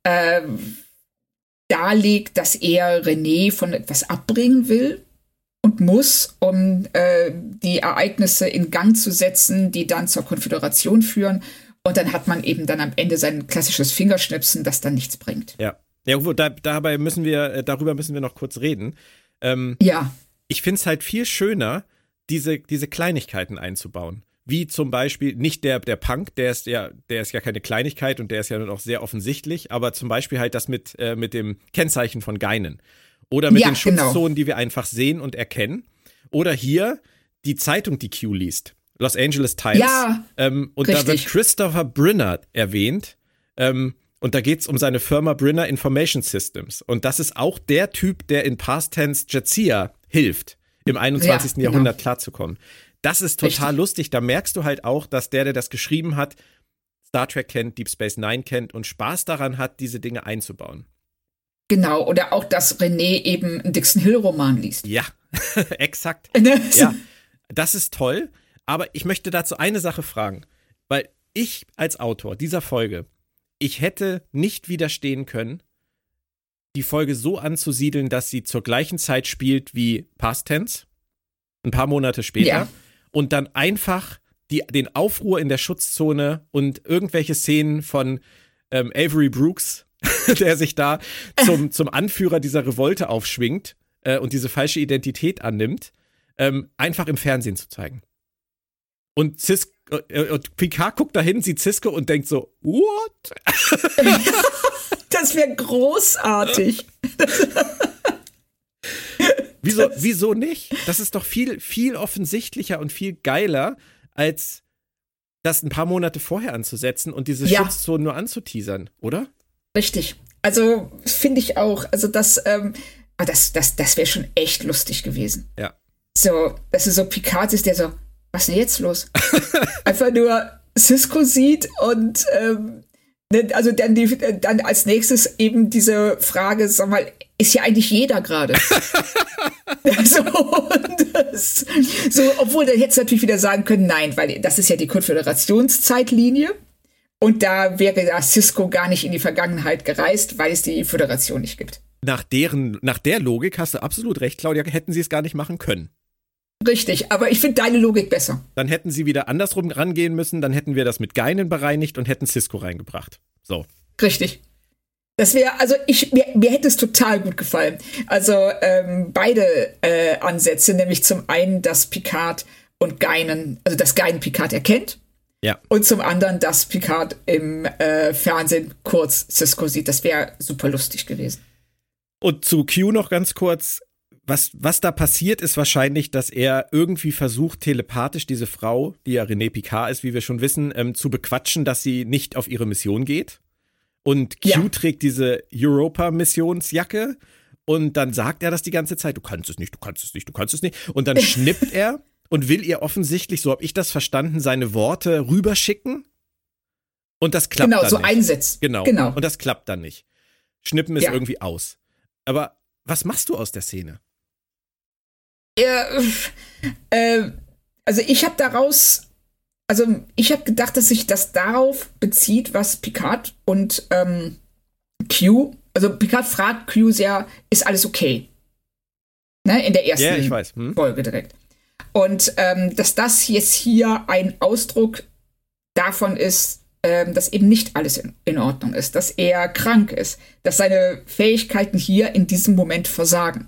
darlegt, dass er René von etwas abbringen will und muss, um die Ereignisse in Gang zu setzen, die dann zur Konföderation führen. Und dann hat man eben dann am Ende sein klassisches Fingerschnipsen, das dann nichts bringt. Ja, darüber müssen wir noch kurz reden. Ja. Ich finde es halt viel schöner, diese Kleinigkeiten einzubauen. Wie zum Beispiel nicht der Punk, der ist ja keine Kleinigkeit und der ist ja noch sehr offensichtlich, aber zum Beispiel halt das mit dem Kennzeichen von Guinan. Oder mit den Schutzzonen, die wir einfach sehen und erkennen. Oder hier die Zeitung, die Q liest. Los Angeles Times. Ja, und richtig. Da wird Christopher Brinner erwähnt. Und da geht es um seine Firma Brinner Information Systems. Und das ist auch der Typ, der in Past Tense Jadzia hilft, im 21. Jahrhundert klarzukommen. Das ist total lustig. Da merkst du halt auch, dass der das geschrieben hat, Star Trek kennt, Deep Space Nine kennt und Spaß daran hat, diese Dinge einzubauen. Genau, oder auch, dass René eben einen Dixon-Hill-Roman liest. Ja, exakt. Ja, das ist toll. Aber ich möchte dazu eine Sache fragen. Weil ich als Autor dieser Folge, ich hätte nicht widerstehen können, die Folge so anzusiedeln, dass sie zur gleichen Zeit spielt wie Past Tense, ein paar Monate später. Ja. Und dann einfach den Aufruhr in der Schutzzone und irgendwelche Szenen von Avery Brooks, der sich da zum Anführer dieser Revolte aufschwingt und diese falsche Identität annimmt, einfach im Fernsehen zu zeigen. Und Picard guckt dahin, sieht Sisko und denkt so, what? Das wäre großartig. Wieso nicht? Das ist doch viel, viel offensichtlicher und viel geiler, als das ein paar Monate vorher anzusetzen und diese Schutzzonen nur anzuteasern, oder? Richtig. Also, finde ich auch. Also, das wäre schon echt lustig gewesen. Ja. So, dass es so Picard ist, der so, was ist denn jetzt los? Einfach nur Sisko sieht und also dann als nächstes eben diese Frage, sag mal, ist ja eigentlich jeder gerade. Obwohl, dann hätte es natürlich wieder sagen können, nein, weil das ist ja die Konföderationszeitlinie und da wäre ja Sisko gar nicht in die Vergangenheit gereist, weil es die Föderation nicht gibt. Nach der Logik hast du absolut recht, Claudia, hätten sie es gar nicht machen können. Richtig, aber ich finde deine Logik besser. Dann hätten sie wieder andersrum rangehen müssen, dann hätten wir das mit Guinan bereinigt und hätten Sisko reingebracht. So. Richtig. Das wäre, also mir hätte es total gut gefallen. Also beide Ansätze, nämlich zum einen, dass Picard und Guinan, also dass Guinan Picard erkennt. Ja. Und zum anderen, dass Picard im Fernsehen kurz Sisko sieht. Das wäre super lustig gewesen. Und zu Q noch ganz kurz. Was da passiert, ist wahrscheinlich, dass er irgendwie versucht, telepathisch diese Frau, die ja René Picard ist, wie wir schon wissen, zu bequatschen, dass sie nicht auf ihre Mission geht. Und Q trägt diese Europa-Missionsjacke und dann sagt er das die ganze Zeit, du kannst es nicht, du kannst es nicht, du kannst es nicht. Und dann schnippt er und will ihr offensichtlich, so habe ich das verstanden, seine Worte rüberschicken. Und das klappt dann nicht. Genau, so einsetzt. Genau. Und das klappt dann nicht. Schnippen ist irgendwie aus. Aber was machst du aus der Szene? Also ich habe gedacht, dass sich das darauf bezieht, was Picard und Q, also Picard fragt Q sehr, ist alles okay? Ne, in der ersten Folge direkt. Und dass das jetzt hier ein Ausdruck davon ist, dass eben nicht alles in Ordnung ist, dass er krank ist, dass seine Fähigkeiten hier in diesem Moment versagen.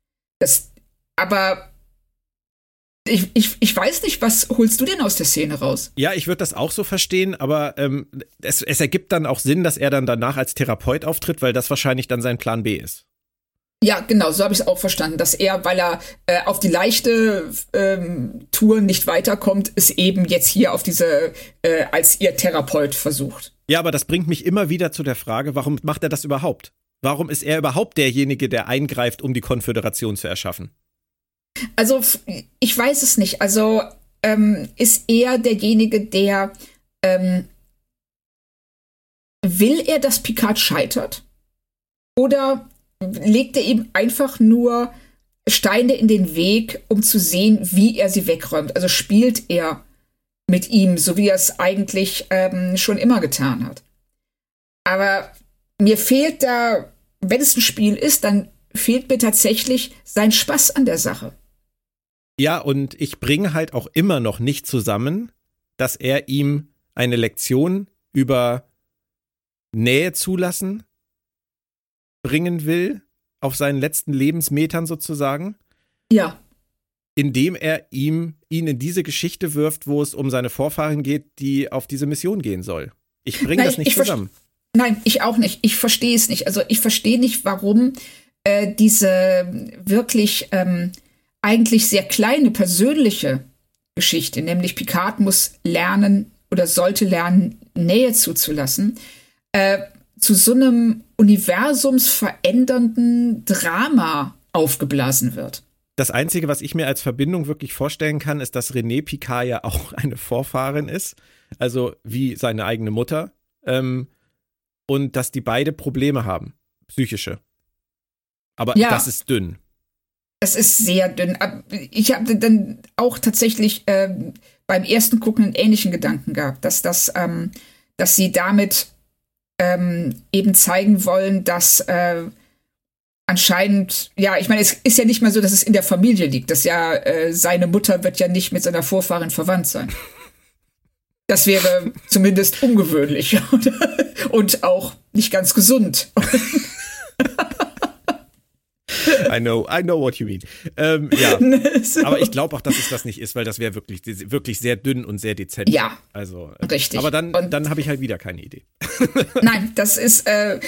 Aber ich weiß nicht, was holst du denn aus der Szene raus? Ja, ich würde das auch so verstehen, aber es ergibt dann auch Sinn, dass er dann danach als Therapeut auftritt, weil das wahrscheinlich dann sein Plan B ist. Ja, genau, so habe ich es auch verstanden, dass er, weil er auf die leichte Tour nicht weiterkommt, es eben jetzt hier auf diese als ihr Therapeut versucht. Ja, aber das bringt mich immer wieder zu der Frage, warum macht er das überhaupt? Warum ist er überhaupt derjenige, der eingreift, um die Konföderation zu erschaffen? Also, ich weiß es nicht. Also, ist er derjenige, der will er, dass Picard scheitert? Oder legt er ihm einfach nur Steine in den Weg, um zu sehen, wie er sie wegräumt? Also spielt er mit ihm, so wie er es eigentlich schon immer getan hat. Aber mir fehlt da, wenn es ein Spiel ist, dann fehlt mir tatsächlich sein Spaß an der Sache. Ja, und ich bringe halt auch immer noch nicht zusammen, dass er ihm eine Lektion über Nähe zulassen bringen will, auf seinen letzten Lebensmetern sozusagen. Ja. Indem er ihn in diese Geschichte wirft, wo es um seine Vorfahren geht, die auf diese Mission gehen soll. Ich bringe das nicht zusammen. Nein, ich auch nicht. Ich verstehe es nicht. Also ich verstehe nicht, warum diese wirklich eigentlich sehr kleine persönliche Geschichte, nämlich Picard muss lernen oder sollte lernen, Nähe zuzulassen, zu so einem universumsverändernden Drama aufgeblasen wird. Das Einzige, was ich mir als Verbindung wirklich vorstellen kann, ist, dass René Picard ja auch eine Vorfahrin ist, also wie seine eigene Mutter, und dass die beide Probleme haben, psychische. Aber ja, das ist dünn. Das ist sehr dünn. Ich habe dann auch tatsächlich beim ersten Gucken einen ähnlichen Gedanken gehabt, dass sie damit eben zeigen wollen, dass anscheinend, ja, ich meine, es ist ja nicht mal so, dass es in der Familie liegt. Dass ja seine Mutter wird ja nicht mit seiner Vorfahrin verwandt sein. Das wäre zumindest ungewöhnlich und auch nicht ganz gesund. I know what you mean. Ja, so. Aber ich glaube auch, dass es das nicht ist, weil das wäre wirklich sehr dünn und sehr dezent. Ja, also, richtig. Aber dann habe ich halt wieder keine Idee. Nein, das ist,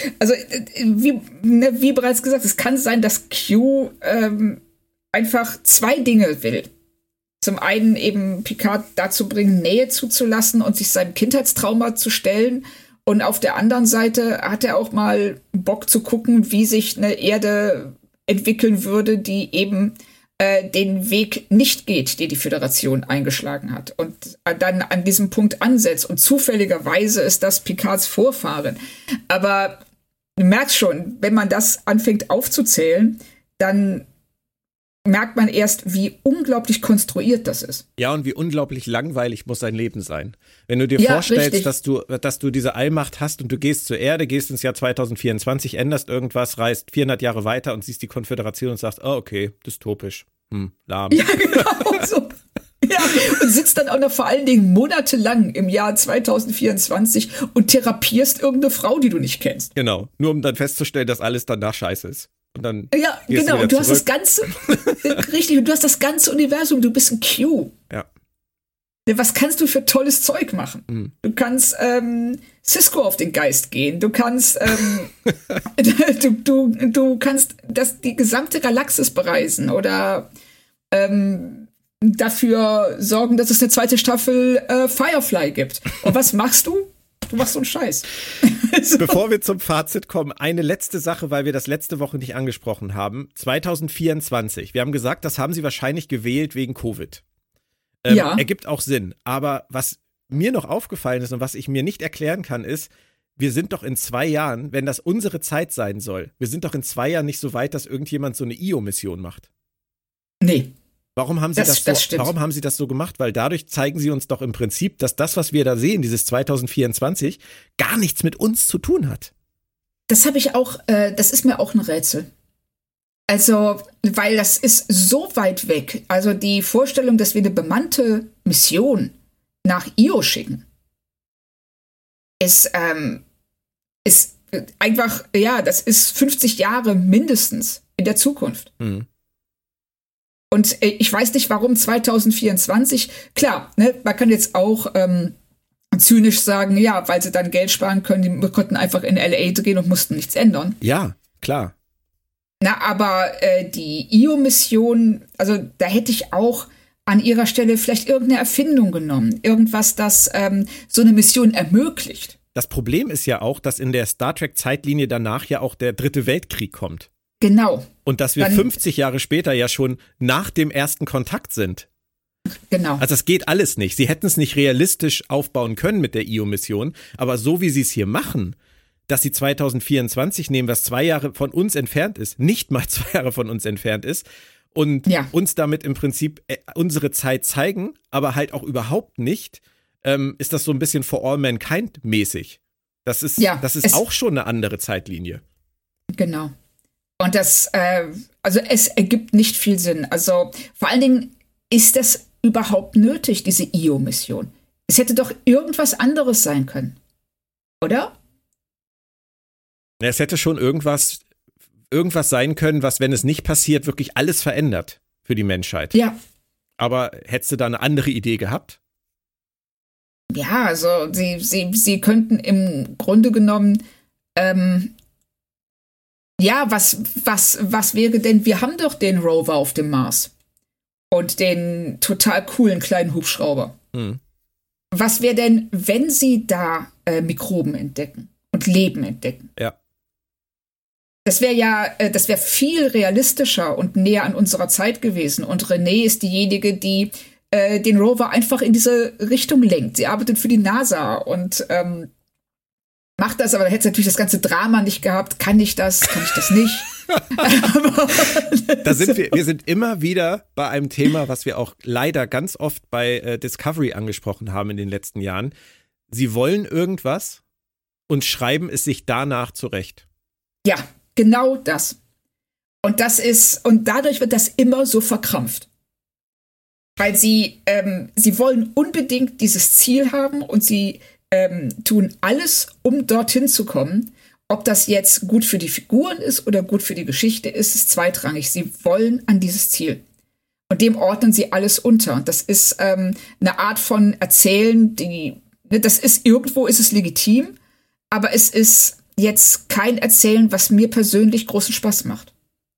wie bereits gesagt, es kann sein, dass Q einfach zwei Dinge will. Zum einen eben Picard dazu bringen, Nähe zuzulassen und sich seinem Kindheitstrauma zu stellen. Und auf der anderen Seite hat er auch mal Bock zu gucken, wie sich eine Erde entwickeln würde, die eben den Weg nicht geht, den die Föderation eingeschlagen hat. Und dann an diesem Punkt ansetzt. Und zufälligerweise ist das Picards Vorfahren. Aber du merkst schon, wenn man das anfängt aufzuzählen, dann merkt man erst, wie unglaublich konstruiert das ist. Ja, und wie unglaublich langweilig muss sein Leben sein. Wenn du dir vorstellst, dass du diese Allmacht hast und du gehst zur Erde, gehst ins Jahr 2024, änderst irgendwas, reist 400 Jahre weiter und siehst die Konföderation und sagst, oh, okay, dystopisch, lahm. Ja, genau so. Ja, und sitzt dann auch noch vor allen Dingen monatelang im Jahr 2024 und therapierst irgendeine Frau, die du nicht kennst. Genau, nur um dann festzustellen, dass alles danach scheiße ist. Und dann ja, genau. Und du hast das ganze, richtig, und du hast das ganze Universum, du bist ein Q. Ja. Was kannst du für tolles Zeug machen? Mhm. Du kannst Cisco auf den Geist gehen. Du kannst du kannst die gesamte Galaxis bereisen oder dafür sorgen, dass es eine zweite Staffel Firefly gibt. Und was machst du? Du machst so einen Scheiß. So. Bevor wir zum Fazit kommen, eine letzte Sache, weil wir das letzte Woche nicht angesprochen haben. 2024. Wir haben gesagt, das haben sie wahrscheinlich gewählt wegen Covid. Ja. Ergibt auch Sinn. Aber was mir noch aufgefallen ist und was ich mir nicht erklären kann, ist, wir sind doch in 2 Jahren, wenn das unsere Zeit sein soll, wir sind doch in 2 Jahren nicht so weit, dass irgendjemand so eine IO-Mission macht. Nee. Warum haben sie das so gemacht? Weil dadurch zeigen sie uns doch im Prinzip, dass das, was wir da sehen, dieses 2024, gar nichts mit uns zu tun hat. Das habe ich auch, das ist mir auch ein Rätsel. Also, weil das ist so weit weg. Also die Vorstellung, dass wir eine bemannte Mission nach Io schicken. ist einfach, ja, das ist 50 Jahre mindestens in der Zukunft. Mhm. Und ich weiß nicht, warum 2024, klar, ne, man kann jetzt auch zynisch sagen, ja, weil sie dann Geld sparen können, die konnten einfach in LA drehen und mussten nichts ändern. Ja, klar. Na, aber die Io-Mission, also da hätte ich auch an ihrer Stelle vielleicht irgendeine Erfindung genommen. Irgendwas, das so eine Mission ermöglicht. Das Problem ist ja auch, dass in der Star Trek-Zeitlinie danach ja auch der Dritte Weltkrieg kommt. Genau. Und dass wir Dann, 50 Jahre später ja schon nach dem ersten Kontakt sind. Genau. Also das geht alles nicht. Sie hätten es nicht realistisch aufbauen können mit der Io-Mission, aber so wie sie es hier machen, dass sie 2024 nehmen, was 2 Jahre von uns entfernt ist, nicht mal 2 Jahre von uns entfernt ist, und uns damit im Prinzip unsere Zeit zeigen, aber halt auch überhaupt nicht, ist das so ein bisschen For All Mankind mäßig. Das ist auch schon eine andere Zeitlinie. Genau. Und das, also es ergibt nicht viel Sinn. Also vor allen Dingen ist das überhaupt nötig, diese Io-Mission. Es hätte doch irgendwas anderes sein können. Oder? Ja, es hätte schon irgendwas sein können, was, wenn es nicht passiert, wirklich alles verändert für die Menschheit. Ja. Aber hättest du da eine andere Idee gehabt? Ja, also sie könnten im Grunde genommen, was wäre denn, wir haben doch den Rover auf dem Mars und den total coolen kleinen Hubschrauber. Hm. Was wäre denn, wenn sie da Mikroben entdecken und Leben entdecken? Ja. Das wäre viel realistischer und näher an unserer Zeit gewesen. Und Renée ist diejenige, die den Rover einfach in diese Richtung lenkt. Sie arbeitet für die NASA und macht das, aber da hätte sie natürlich das ganze Drama nicht gehabt. Kann ich das nicht? Wir sind immer wieder bei einem Thema, was wir auch leider ganz oft bei Discovery angesprochen haben in den letzten Jahren. Sie wollen irgendwas und schreiben es sich danach zurecht. Ja, genau das. Und dadurch wird das immer so verkrampft. Weil sie wollen unbedingt dieses Ziel haben und sie tun alles, um dorthin zu kommen. Ob das jetzt gut für die Figuren ist oder gut für die Geschichte ist zweitrangig. Sie wollen an dieses Ziel. Und dem ordnen sie alles unter. Und das ist eine Art von Erzählen, irgendwo ist es legitim, aber es ist jetzt kein Erzählen, was mir persönlich großen Spaß macht.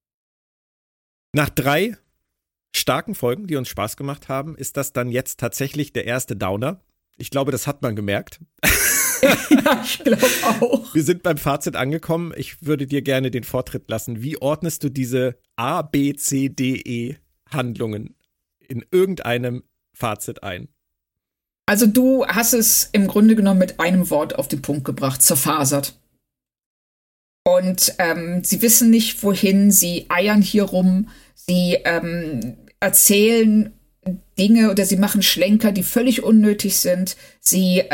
Nach 3 starken Folgen, die uns Spaß gemacht haben, ist das dann jetzt tatsächlich der erste Downer. Ich glaube, das hat man gemerkt. Ja, ich glaube auch. Wir sind beim Fazit angekommen. Ich würde dir gerne den Vortritt lassen. Wie ordnest du diese A, B, C, D, E Handlungen in irgendeinem Fazit ein? Also du hast es im Grunde genommen mit einem Wort auf den Punkt gebracht, zerfasert. Und sie wissen nicht, wohin, sie eiern hier rum, sie erzählen Dinge oder sie machen Schlenker, die völlig unnötig sind. Sie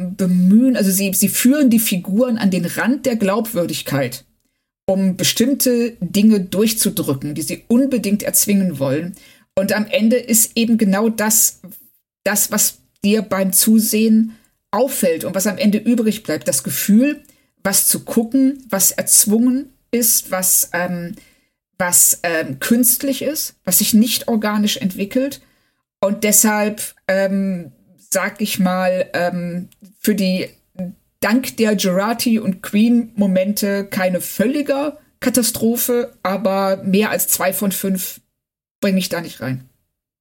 sie führen die Figuren an den Rand der Glaubwürdigkeit, um bestimmte Dinge durchzudrücken, die sie unbedingt erzwingen wollen. Und am Ende ist eben genau das, was dir beim Zusehen auffällt und was am Ende übrig bleibt. Das Gefühl, was zu gucken, was erzwungen ist, was künstlich ist, was sich nicht organisch entwickelt. Und deshalb, sag ich mal, für die dank der Jurati und Queen-Momente keine völlige Katastrophe, aber mehr als 2 von 5 bringe ich da nicht rein.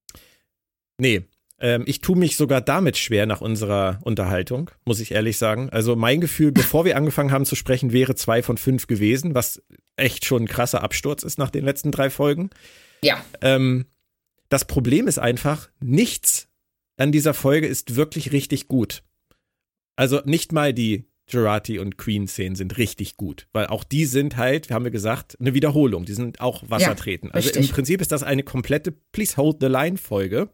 Nee, ich tue mich sogar damit schwer nach unserer Unterhaltung, muss ich ehrlich sagen. Also mein Gefühl, bevor wir angefangen haben zu sprechen, wäre 2 von 5 gewesen, was echt schon ein krasser Absturz ist nach den letzten 3 Folgen. Ja. Das Problem ist einfach, nichts an dieser Folge ist wirklich richtig gut. Also nicht mal die Jurati und Queen-Szenen sind richtig gut, weil auch die sind halt, haben wir gesagt, eine Wiederholung. Die sind auch Wassertreten. Also im Prinzip ist das eine komplette Please Hold the Line-Folge,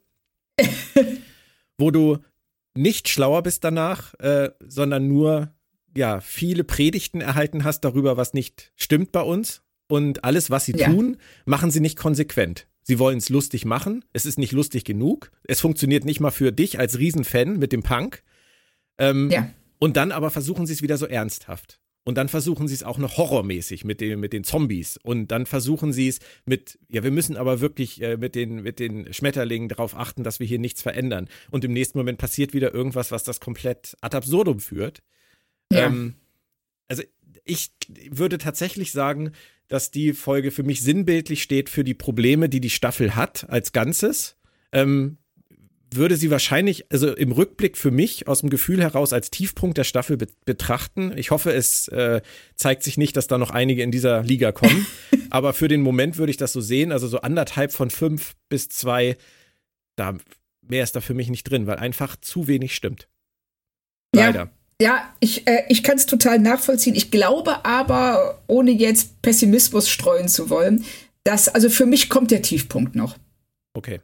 wo du nicht schlauer bist danach, sondern nur viele Predigten erhalten hast darüber, was nicht stimmt bei uns. Und alles, was sie tun, machen sie nicht konsequent. Sie wollen es lustig machen. Es ist nicht lustig genug. Es funktioniert nicht mal für dich als Riesenfan mit dem Punk. Und dann aber versuchen sie es wieder so ernsthaft. Und dann versuchen sie es auch noch horrormäßig mit den Zombies. Und dann versuchen sie es wir müssen aber wirklich mit den Schmetterlingen darauf achten, dass wir hier nichts verändern. Und im nächsten Moment passiert wieder irgendwas, was das komplett ad absurdum führt. Ja. Also ich würde tatsächlich sagen, dass die Folge für mich sinnbildlich steht für die Probleme, die Staffel hat als Ganzes. Würde sie wahrscheinlich, also im Rückblick für mich aus dem Gefühl heraus als Tiefpunkt der Staffel betrachten. Ich hoffe, es zeigt sich nicht, dass da noch einige in dieser Liga kommen. Aber für den Moment würde ich das so sehen. Also so 1,5 von 5 bis 2, da mehr ist da für mich nicht drin, weil einfach zu wenig stimmt. Leider. Ja, ich kann es total nachvollziehen. Ich glaube aber, ohne jetzt Pessimismus streuen zu wollen, also für mich kommt der Tiefpunkt noch. Okay.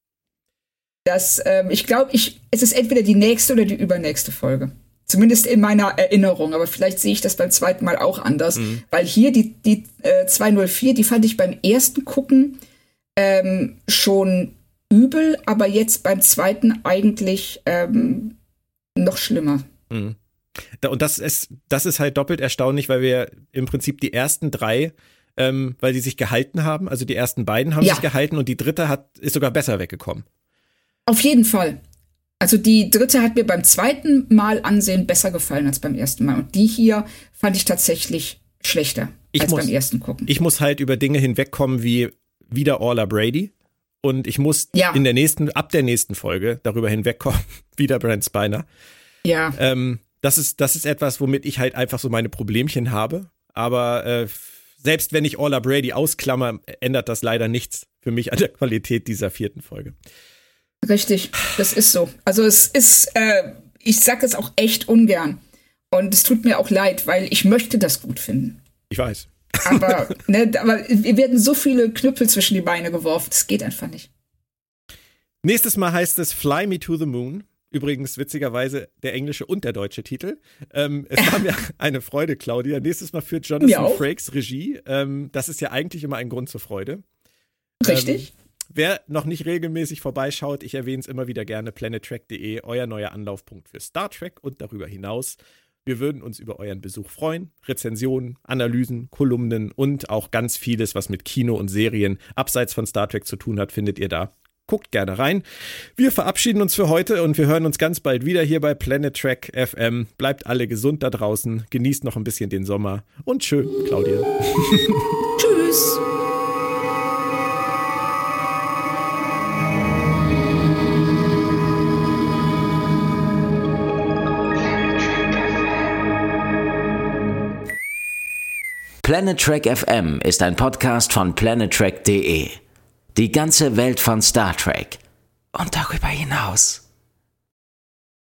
Ich glaube, es ist entweder die nächste oder die übernächste Folge. Zumindest in meiner Erinnerung. Aber vielleicht sehe ich das beim zweiten Mal auch anders. Weil hier die 204, die fand ich beim ersten Gucken schon übel, aber jetzt beim zweiten eigentlich noch schlimmer. Mhm. Und das ist halt doppelt erstaunlich, weil wir im Prinzip die ersten 3, weil die sich gehalten haben, also die ersten beiden haben sich gehalten und die dritte ist sogar besser weggekommen. Auf jeden Fall. Also die dritte hat mir beim zweiten Mal ansehen besser gefallen als beim ersten Mal. Und die hier fand ich tatsächlich schlechter als beim ersten Gucken. Ich muss halt über Dinge hinwegkommen wie wieder Orla Brady. Und ich muss ab der nächsten Folge darüber hinwegkommen, wieder Brent Spiner. Ja. Das ist etwas, womit ich halt einfach so meine Problemchen habe. Aber selbst wenn ich Orla Brady ausklammer, ändert das leider nichts für mich an der Qualität dieser 4. Folge. Richtig, das ist so. Also es ist, ich sag es auch echt ungern. Und es tut mir auch leid, weil ich möchte das gut finden. Ich weiß. Aber wir werden so viele Knüppel zwischen die Beine geworfen, das geht einfach nicht. Nächstes Mal heißt es Fly Me to the Moon. Übrigens witzigerweise der englische und der deutsche Titel. Es war mir eine Freude, Claudia. Nächstes Mal führt Jonathan Frakes Regie. Das ist ja eigentlich immer ein Grund zur Freude. Richtig. Wer noch nicht regelmäßig vorbeischaut, ich erwähne es immer wieder gerne, planettrek.de, euer neuer Anlaufpunkt für Star Trek und darüber hinaus. Wir würden uns über euren Besuch freuen. Rezensionen, Analysen, Kolumnen und auch ganz vieles, was mit Kino und Serien abseits von Star Trek zu tun hat, findet ihr da. Guckt gerne rein. Wir verabschieden uns für heute und wir hören uns ganz bald wieder hier bei Planet Trek FM. Bleibt alle gesund da draußen, genießt noch ein bisschen den Sommer und tschö, Claudia. Tschüss. Planet Trek FM ist ein Podcast von planettrek.de. Die ganze Welt von Star Trek und darüber hinaus.